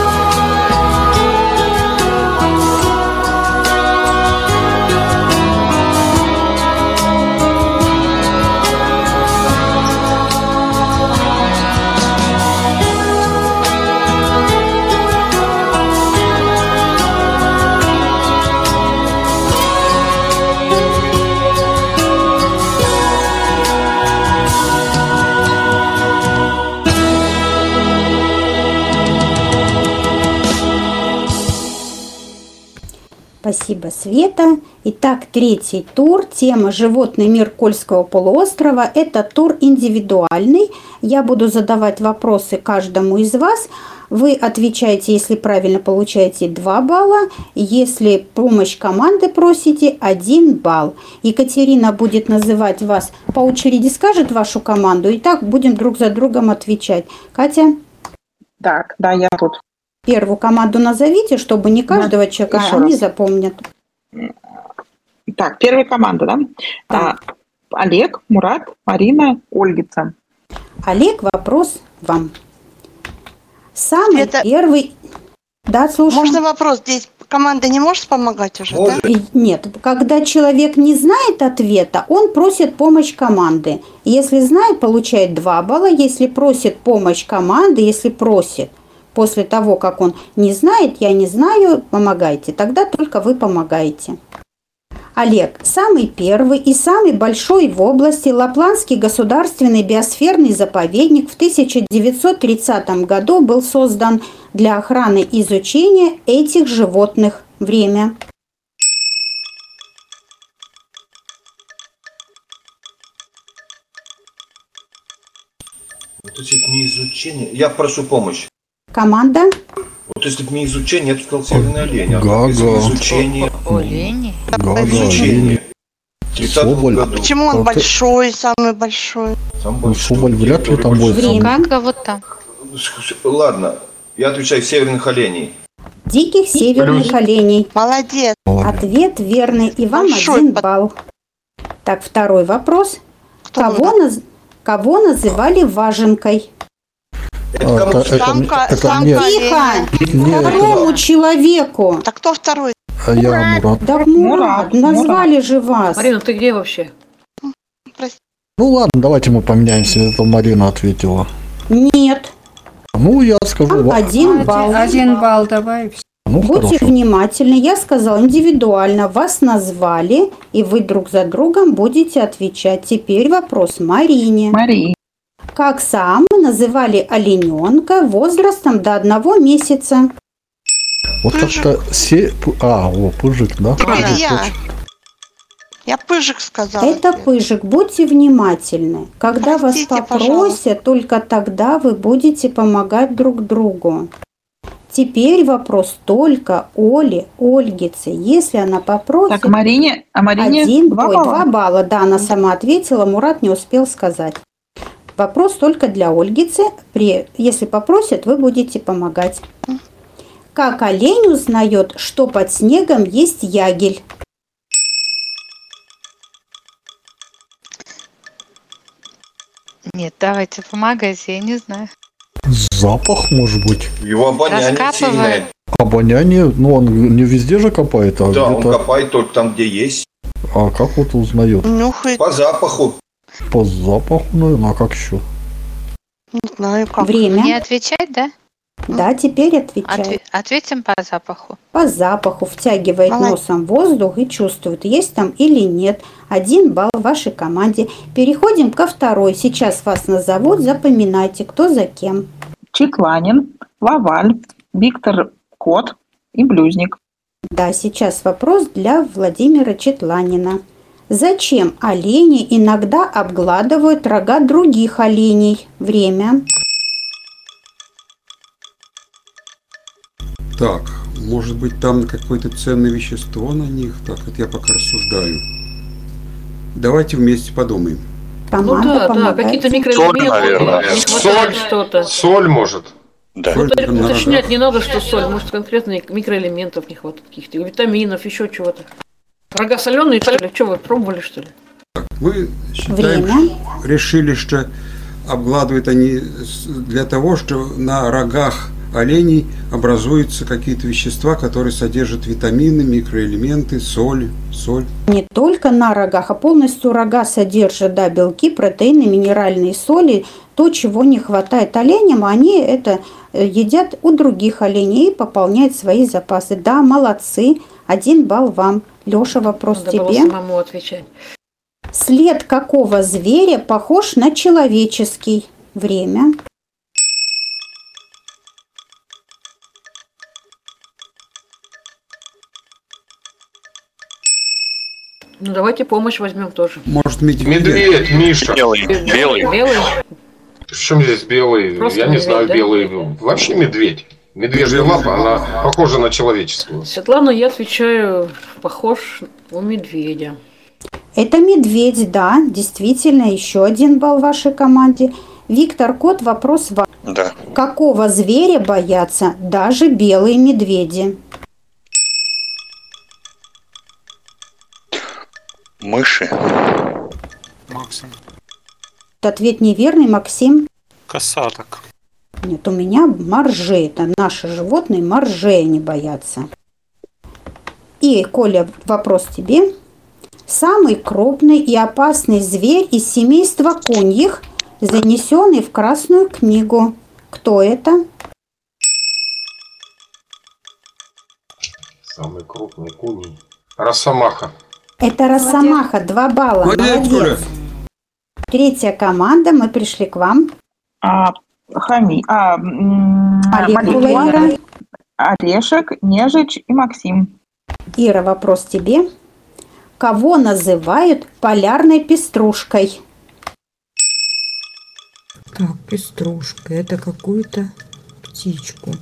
Спасибо, Света. Итак, третий тур. Тема «Животный мир Кольского полуострова». Это тур индивидуальный. Я буду задавать вопросы каждому из вас. Вы отвечаете, если правильно, получаете 2 балла. Если помощь команды просите, 1 балл. Екатерина будет называть вас по очереди, скажет вашу команду. И так будем друг за другом отвечать. Катя? Так, да, я тут. Первую команду назовите, чтобы не каждого человека, они запомнят. Так, первая команда, да? Да. Олег, Мурат, Марина, Ольгица. Олег, вопрос вам. Самый первый... Да, слушаю. Можно вопрос? Здесь команда не может помогать уже, да? Нет, когда человек не знает ответа, он просит помощь команды. Если знает, получает 2 балла. Если просит помощь команды, если просит, после того, как он не знает, я не знаю, помогайте. Тогда только вы помогаете. Олег, самый первый и самый большой в области Лапландский государственный биосферный заповедник в 1930 году был создан для охраны и изучения этих животных. Время. Вот если бы не изучение... Я прошу помощь. Команда? Вот если бы не изучение, я тут сказал северный олень. Гага. Если бы изучение... Олени? Гага, Изучение. В 30-м году. Почему он Как-то- большой, самый большой? Ну, Соболь вряд ли там будет. Ну как, а вот там? Ладно, я отвечаю северных оленей. Диких северных оленей. Молодец. Ответ верный. И вам Большой 1 балл. Так, второй вопрос. Кого называли важенкой? Самка нет. оленя. Нет, Второму человеку. Так кто второй? А я Мурат. Да Мурат, назвали же вас. Марина, ты где вообще? Ну ладно, давайте мы поменяемся. Это Марина ответила. Нет. Ну, я скажу. 1 балл. 1 балл, давай. Ну, Будьте хорошо. внимательны. Я сказала индивидуально. Вас назвали, и вы друг за другом будете отвечать. Теперь вопрос Марине. Мария. Как самы называли олененка возрастом до 1 месяца? Вот как-то Пыжик, да? Это Пыжик, я. точно. Я Пыжик сказала. Это Пыжик. Будьте внимательны. Когда Простите, вас попросят, только тогда вы будете помогать друг другу. Теперь вопрос только Оле, Ольгице. Если она попросит... Так, Марине 2 балла. Да, она сама ответила, Мурат не успел сказать. Вопрос только для Ольгицы. Если попросят, вы будете помогать. Как олень узнает, что под снегом есть ягель? Нет, давайте помогайте, я не знаю. Запах, может быть. Его обоняние Раскапывает. сильное. Обоняние, ну он не везде же копает, а Да, он где-то. копает только там, где есть. А как вот узнает? Нюхает. По запаху. По запаху, наверное, а как еще? Не знаю как. Время. Не отвечать, да? Да, теперь отвечай. Ответим по запаху. По запаху втягивает Молодец. носом воздух и чувствует, есть там или нет. 1 балл вашей команде. Переходим ко второй. Сейчас вас назовут, запоминайте, кто за кем. Четланин, Лаваль, Виктор Кот и Блюзник. Да, сейчас вопрос для Владимира Четланина. Зачем олени иногда обгладывают рога других оленей? Время. Так, может быть там какое-то ценное вещество на них? Так, это я пока рассуждаю. Давайте вместе подумаем. Команда помогает. какие-то Соль, микроэлементы. наверное. Не хватает что-то. Соль, может. Да. Соль, наверное, Уточнять не надо, что соль. Может, конкретно микроэлементов не хватает каких-то, витаминов, еще чего-то. Рога соленые, что ли? Что вы пробовали, что ли? Мы считаем, Время. решили, что обгладывают они для того, что на рогах оленей образуются какие-то вещества, которые содержат витамины, микроэлементы, соль. Не только на рогах, а полностью рога содержат, да, белки, протеины, минеральные соли. То, чего не хватает оленям, они это едят у других оленей и пополняют свои запасы. Да, молодцы. 1 балл вам. Леша, вопрос Надо было тебе. самому отвечать. След какого зверя похож на человеческий? Время. Ну, давайте помощь возьмем тоже. Может, медведь? Медведь, Миша. Белый. Белый? В чем здесь белый? Просто Я не медведь, знаю, да? белый. Вообще медведь. Медвежья лапа, она похожа на человеческую. Светлана, я отвечаю, похож у медведя. Это медведь, да, действительно, еще 1 балл вашей команде. Виктор Кот, вопрос вам. Да. Какого зверя боятся даже белые медведи? Мыши. Максим. Ответ неверный, Максим. Косаток. Нет, у меня моржи. Это наши животные, моржей не боятся. И, Коля, вопрос тебе. Самый крупный и опасный зверь из семейства куньих, занесенный в Красную книгу. Кто это? Самый крупный куний. Росомаха. Это росомаха, 2 балла. Молодец, Коля. Третья команда, мы пришли к вам. Молекула, Ира. Орешек, Нежич и Максим. Ира, вопрос тебе. Кого называют полярной пеструшкой? Так, пеструшка. Это какую-то птичку.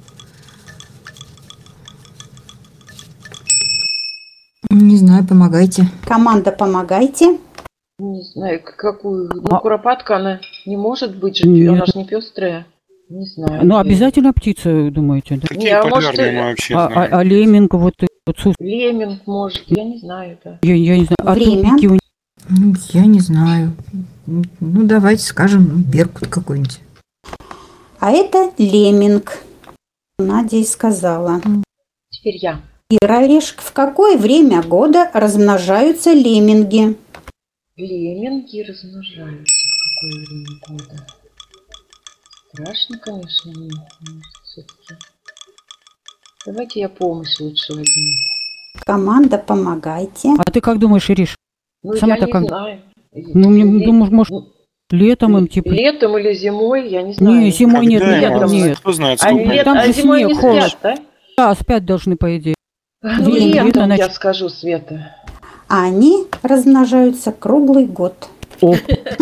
Не знаю, помогайте. Команда, помогайте. Не знаю, какую. Ну, куропатка, она не может быть же, она же не пестрая. Не знаю. Ну, обязательно птица, думаете, да? Не, а может, А лемминг, вот лемминг может, я не знаю, да. Я не знаю. А Время. тупики у Я не знаю. Ну, давайте скажем, беркут какой-нибудь. А это лемминг. Надя и сказала. Теперь я. Ирариш, в какое время года размножаются лемминги? Лемминги размножаются в какое время года? Страшно, конечно, мне, может, все-таки. Давайте я помощь лучше возьму. Команда, помогайте. А ты как думаешь, Ириш? Ну, Сама-то я не как? знаю. Ну, мне думаешь, может, летом им типа... Летом или зимой, я не знаю. Не, зимой нет, Летом. нет. Кто знает, А, сколько? Там же зимой снег, не холод. спят, да? Да, спят должны, по идее. Ну, летом, я скажу, Света. А они размножаются круглый год. О.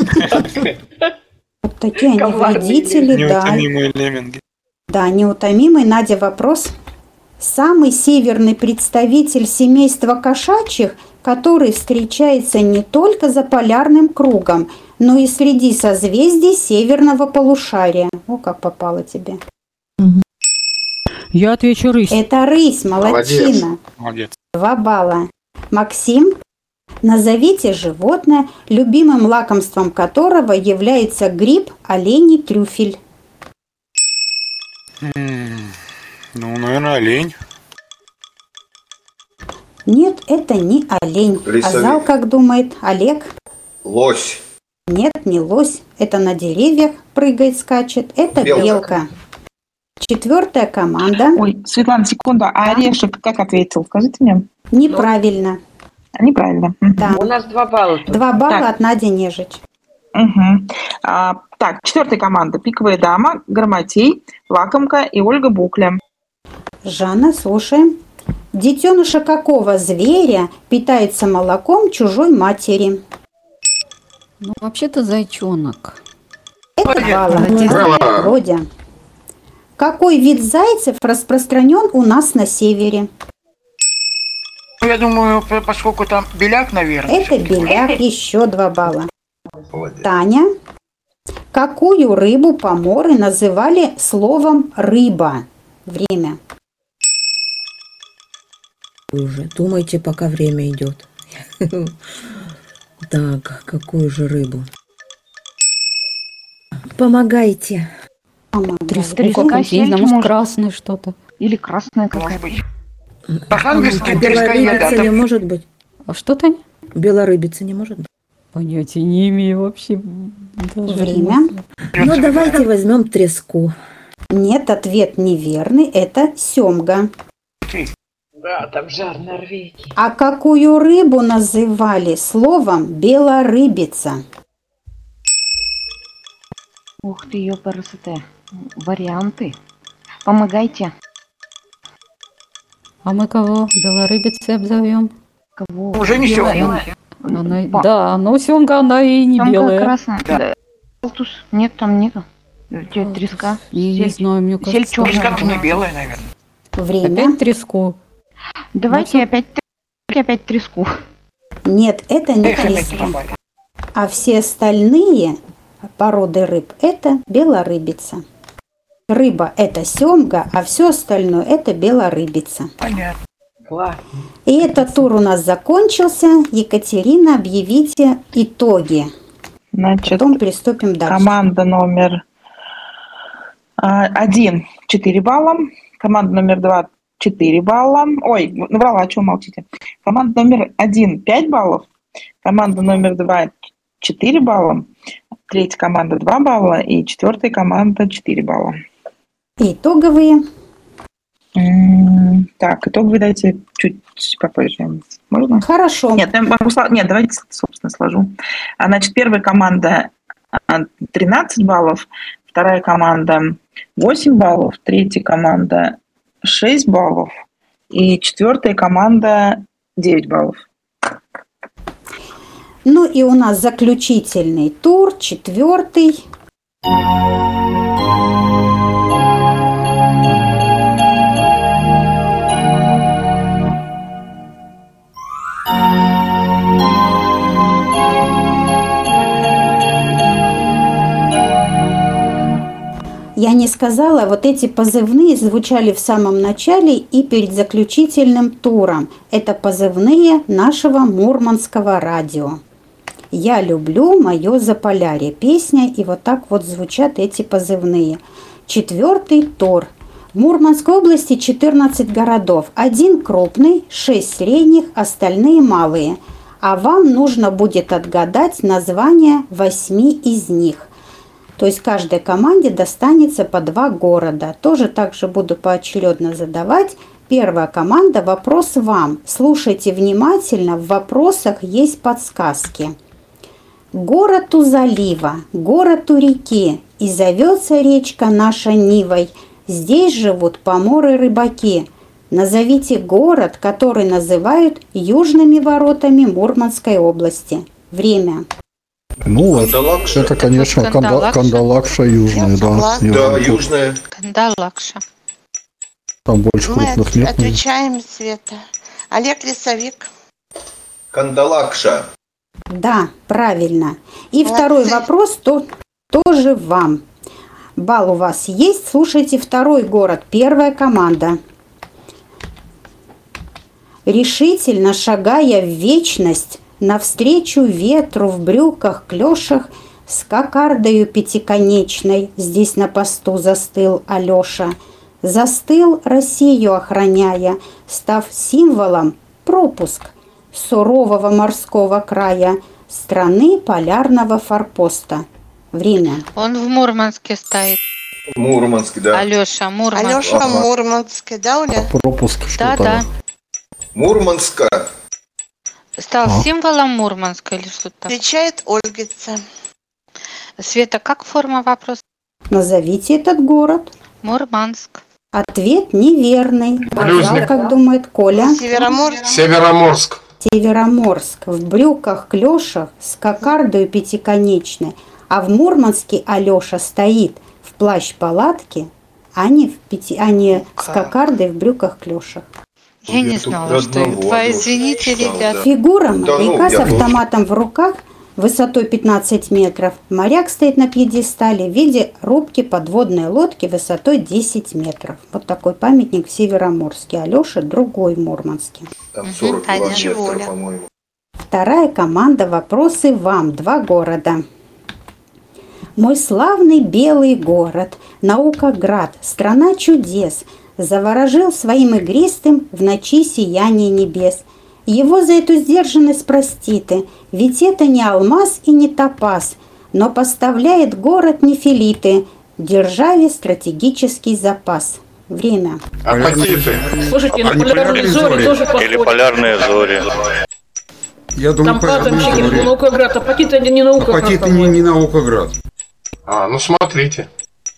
Вот такие они вредители, да. Неутомимые лемминги. Да, неутомимый. Надя, вопрос. Самый северный представитель семейства кошачьих, который встречается не только за полярным кругом, но и среди созвездий северного полушария. О, как попало тебе. Я отвечу рысь. Это рысь, молодчина. Молодец. 2 балла. Максим, назовите животное, любимым лакомством которого является гриб, оленей трюфель. Ну, наверное, олень. Нет, это не олень. Лисовик. А зал как думает? Олег? Лось. Нет, не лось. Это на деревьях прыгает, скачет. Это белка. 4-я команда. Ой, Светлана, секунду. А орешек как ответил? Скажите мне. Неправильно. Неправильно. Да. У нас 2 балла. 2 балла Так. от Нади Нежич. Угу. Так, 4-я команда. Пиковая дама, Грамотей, Лакомка и Ольга Букля. Жанна, слушаем. Детеныша какого зверя питается молоком чужой матери? Ну, вообще-то зайчонок. Это балла. Родя. Какой вид зайцев распространен у нас на севере? Я думаю, поскольку там беляк, наверное. Это беляк. Еще 2 балла. Таня. Какую рыбу поморы называли словом рыба? Время. Уже думайте, пока время идет. Так, какую же рыбу? Помогайте. Треска, я не знаю, может, красное что-то. Или красная Может какая-то. быть. По-английски Белорыбица не может быть. А что, Таня? Белорыбица не может быть. Понятия не имею вообще. Время. Ну, давайте возьмем треску. Нет, ответ неверный. Это семга. Да, там жар Норвегии. А какую рыбу называли словом белорыбица? Ух ты, ёпарасоте. Варианты. Помогайте. А мы кого? Белорыбицей обзовем? Кого? Уже не Белая. Она, да, но семга она и не Там белая. красная. Да. Алтус. Нет, там нету. Треска. Не знаю, мне кажется. Сель чёрная. Треска не белая, наверное. Время. Опять треску. Давайте опять треску. Нет, это не треска. А все остальные породы рыб – это белорыбица. Рыба – это семга, а все остальное – это белорыбица. Понятно. Классно. И этот тур у нас закончился. Екатерина, объявите итоги. Значит, Потом приступим дальше. команда номер 1 – 4 балла. Команда номер 2 – 4 балла. Ой, наврала, о чем молчите. Команда номер 1 – 5 баллов. Команда номер 2 – 4 балла. 3-я команда 2 балла. И 4-я команда 4 балла. Итоговые. Так, итоговые дайте чуть попозже. Можно? Хорошо. Нет, я могу Нет, давайте, собственно, сложу. Значит, первая команда 13 баллов, вторая команда 8 баллов, 3-я команда 6 баллов и 4-я команда 9 баллов. Ну и у нас заключительный тур, 4-й. Я не сказала, вот эти позывные звучали в самом начале и перед заключительным туром. Это позывные нашего мурманского радио. «Я люблю мое Заполярье» песня, и вот так вот звучат эти позывные. 4-й тур. В Мурманской области 14 городов. 1 крупный, 6 средних, остальные малые. А вам нужно будет отгадать названия 8 из них. То есть каждой команде достанется по 2 города. Тоже так же буду поочередно задавать. Первая команда, вопрос вам. Слушайте внимательно, в вопросах есть подсказки. Город у залива, город у реки, и зовется речка наша Нивой. Здесь живут поморы-рыбаки. Назовите город, который называют южными воротами Мурманской области. Время. Ну, это, конечно, Кандалакша южная, да. Да, южная. Кандалакша. Там больше Мы крупных нет. отвечаем, Света. Олег Лесовик. Кандалакша. Да, правильно. И второй вопрос тоже вам. Балл у вас есть. Слушайте второй город. Первая команда. Решительно шагая в вечность, навстречу ветру в брюках, клёшах, с кокардою пятиконечной, здесь на посту застыл Алёша. Застыл, Россию охраняя, став символом пропуск сурового морского края, страны полярного форпоста. Время. Он в Мурманске стоит. Мурманск, да. Алёша, Мурманск. Алёша Мурманский, да, Оля? Пропуск что-то. Да. Мурманска. Стал символом Мурманска или что-то? Отвечает Ольгица. Света, как форма вопроса? Назовите этот город. Мурманск. Ответ неверный. Сказал, как думает Коля. Североморск. Североморск. Североморск. В брюках, клёшах, с кокардою пятиконечной. А в Мурманске Алёша стоит в плащ-палатке, а не с кокардой в брюках, клёшах. Я не знала, что это. Извините, ребята. Фигура моряка с автоматом в руках высотой 15 метров. Моряк стоит на пьедестале в виде рубки подводной лодки высотой 10 метров. Вот такой памятник в Североморске. Алёша другой в Мурманске. Там 42 метра, по-моему. Вторая команда. Вопросы вам. 2 города. Мой славный белый город, Наукоград, страна чудес, заворожил своим игристым в ночи сияние небес. Его за эту сдержанность простите, ведь это не алмаз и не топаз, но поставляет город нефелиты, державе стратегический запас. Время. Апатиты. Слушайте, на полярные зори тоже подходит. Или полярные зори. Я думаю, Там атомщики, Наукоград, апатиты не Наукоград. Апатиты не Наукоград. Ну смотрите.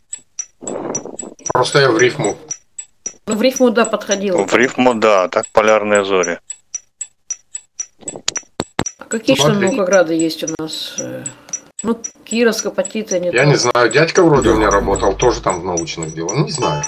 Просто я в рифму. Ну, в рифму, да, подходил. В рифму, да, так полярные зори. Какие еще Наукограды есть у нас? Ну, Кировск, апатиты. Я не знаю, дядька вроде у меня работал, тоже там в научных делах, не знаю.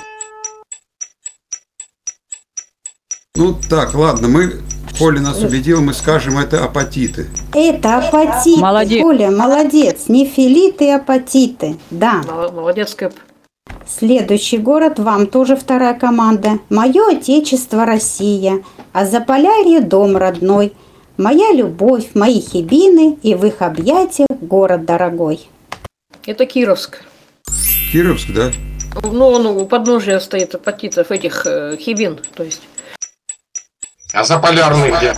Ну так, ладно, Коля нас убедил, мы скажем, это апатиты. Это апатиты. Молодец. Коля, молодец. Нефелиты и апатиты. Да. Молодец, Кэп. Следующий город, вам тоже вторая команда. Мое отечество Россия, а Заполярье дом родной. Моя любовь, мои хибины, и в их объятиях город дорогой. Это Кировск. Кировск, да? Ну, он у подножия стоит апатитов, этих хибин, то есть. А Заполярный где?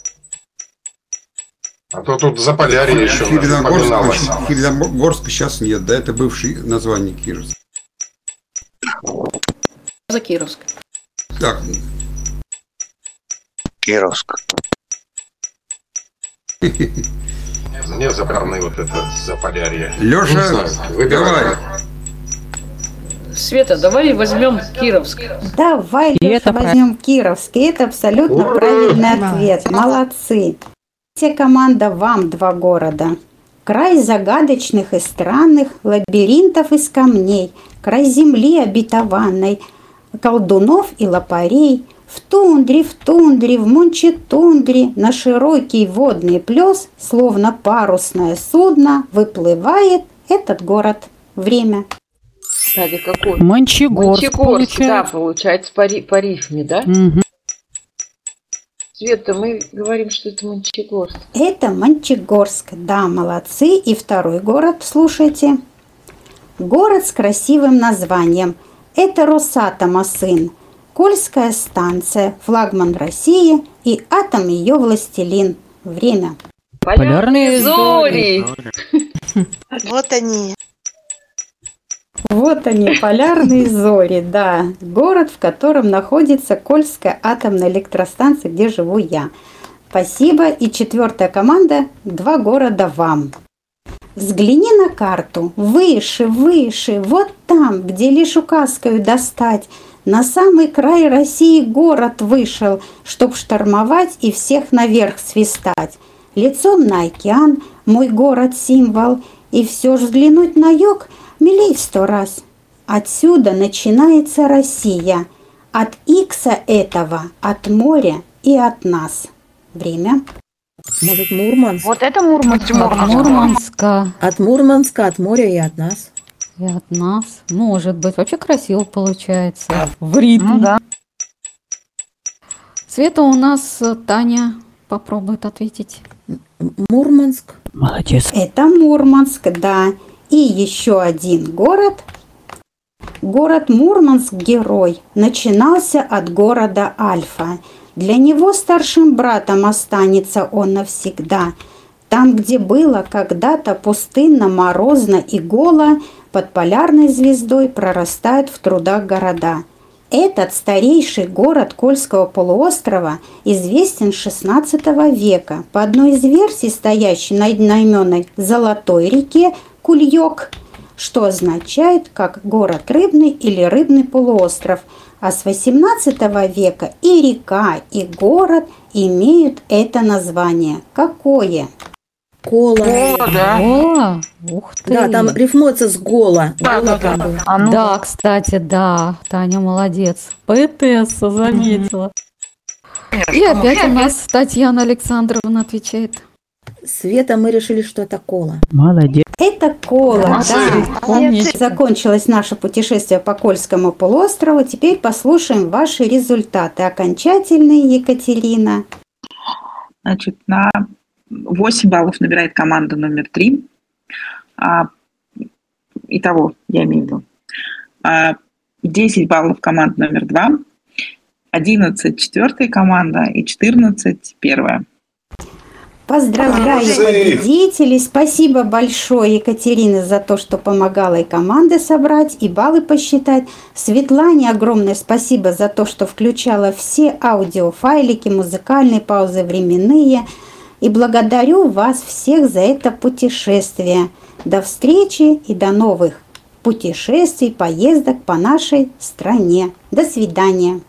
А то тут Заполярье еще упоминалось. Хибиногорска сейчас нет, да, это бывший название Кировск. За Кировск. Так. Кировск. Мне Заполярный вот это Заполярье. Леша, давай. Света, давай возьмем Кировск. Давай, Леша, возьмем Кировск. И это абсолютно правильный ответ. Молодцы. Третья команда, вам 2 города. край загадочных и странных лабиринтов из камней, край земли обетованной, колдунов и лопарей. В тундре, в Мончетундре на широкий водный плес, словно парусное судно, выплывает этот город. Время. Кстати, какой? Мончегорск, да, получается по рифме, да? Мгм. Света, мы говорим, что это Мончегорск. Это Мончегорск, да, молодцы. И второй город, слушайте. Город с красивым названием. Это Росатома сын. Кольская станция, флагман России и атом ее властелин. Время. Полярные зори. Вот они. Вот они, полярные зори, да. Город, в котором находится Кольская атомная электростанция, где живу я. Спасибо. И четвертая команда. 2 города вам. Взгляни на карту. Выше, выше. Вот там, где лишь указкою достать. На самый край России город вышел, чтоб штормовать и всех наверх свистать. Лицом на океан, мой город-символ. И все ж взглянуть на юг милей в 100 раз. Отсюда начинается Россия. От икса этого, от моря и от нас. Время. Может, Мурманск? Вот это Мурманск. От Мурманска. От Мурманска, от моря и от нас. И от нас. Может быть. Вообще красиво получается. В ритм. Ну да. Света, у нас Таня попробует ответить. Мурманск. Молодец. Это Мурманск, да. И еще один город. Город Мурманск, герой, начинался от города Альфа. Для него старшим братом останется он навсегда. Там, где было когда-то пустынно, морозно и голо, под полярной звездой прорастают в трудах города. Этот старейший город Кольского полуострова известен с XVI века по одной из версий, стоящей на одноименной Золотой реке Кульёк, что означает как город рыбный или рыбный полуостров. А с XVIII века и река, и город имеют это название. Какое? Кола. Кола? Ух ты. Да, там рифмуется с гола. Гола там было. Да, кстати, да. Таня молодец. Поэтесса заметила. И опять у нас Татьяна Александровна отвечает. Света, мы решили, что это кола. Молодец. Это кола. Да. Помните. Закончилось наше путешествие по Кольскому полуострову. Теперь послушаем ваши результаты. Окончательные, Екатерина. Значит, на 8 баллов набирает команда номер 3. Итого, я имею в виду. 10 баллов команда номер 2. 11 четвертая команда и 14 первая. Поздравляю победителей. Спасибо большое, Екатерина, за то, что помогала и команды собрать, и баллы посчитать. Светлане огромное спасибо за то, что включала все аудиофайлики, музыкальные паузы, временные. И благодарю вас всех за это путешествие. До встречи и до новых путешествий, поездок по нашей стране. До свидания.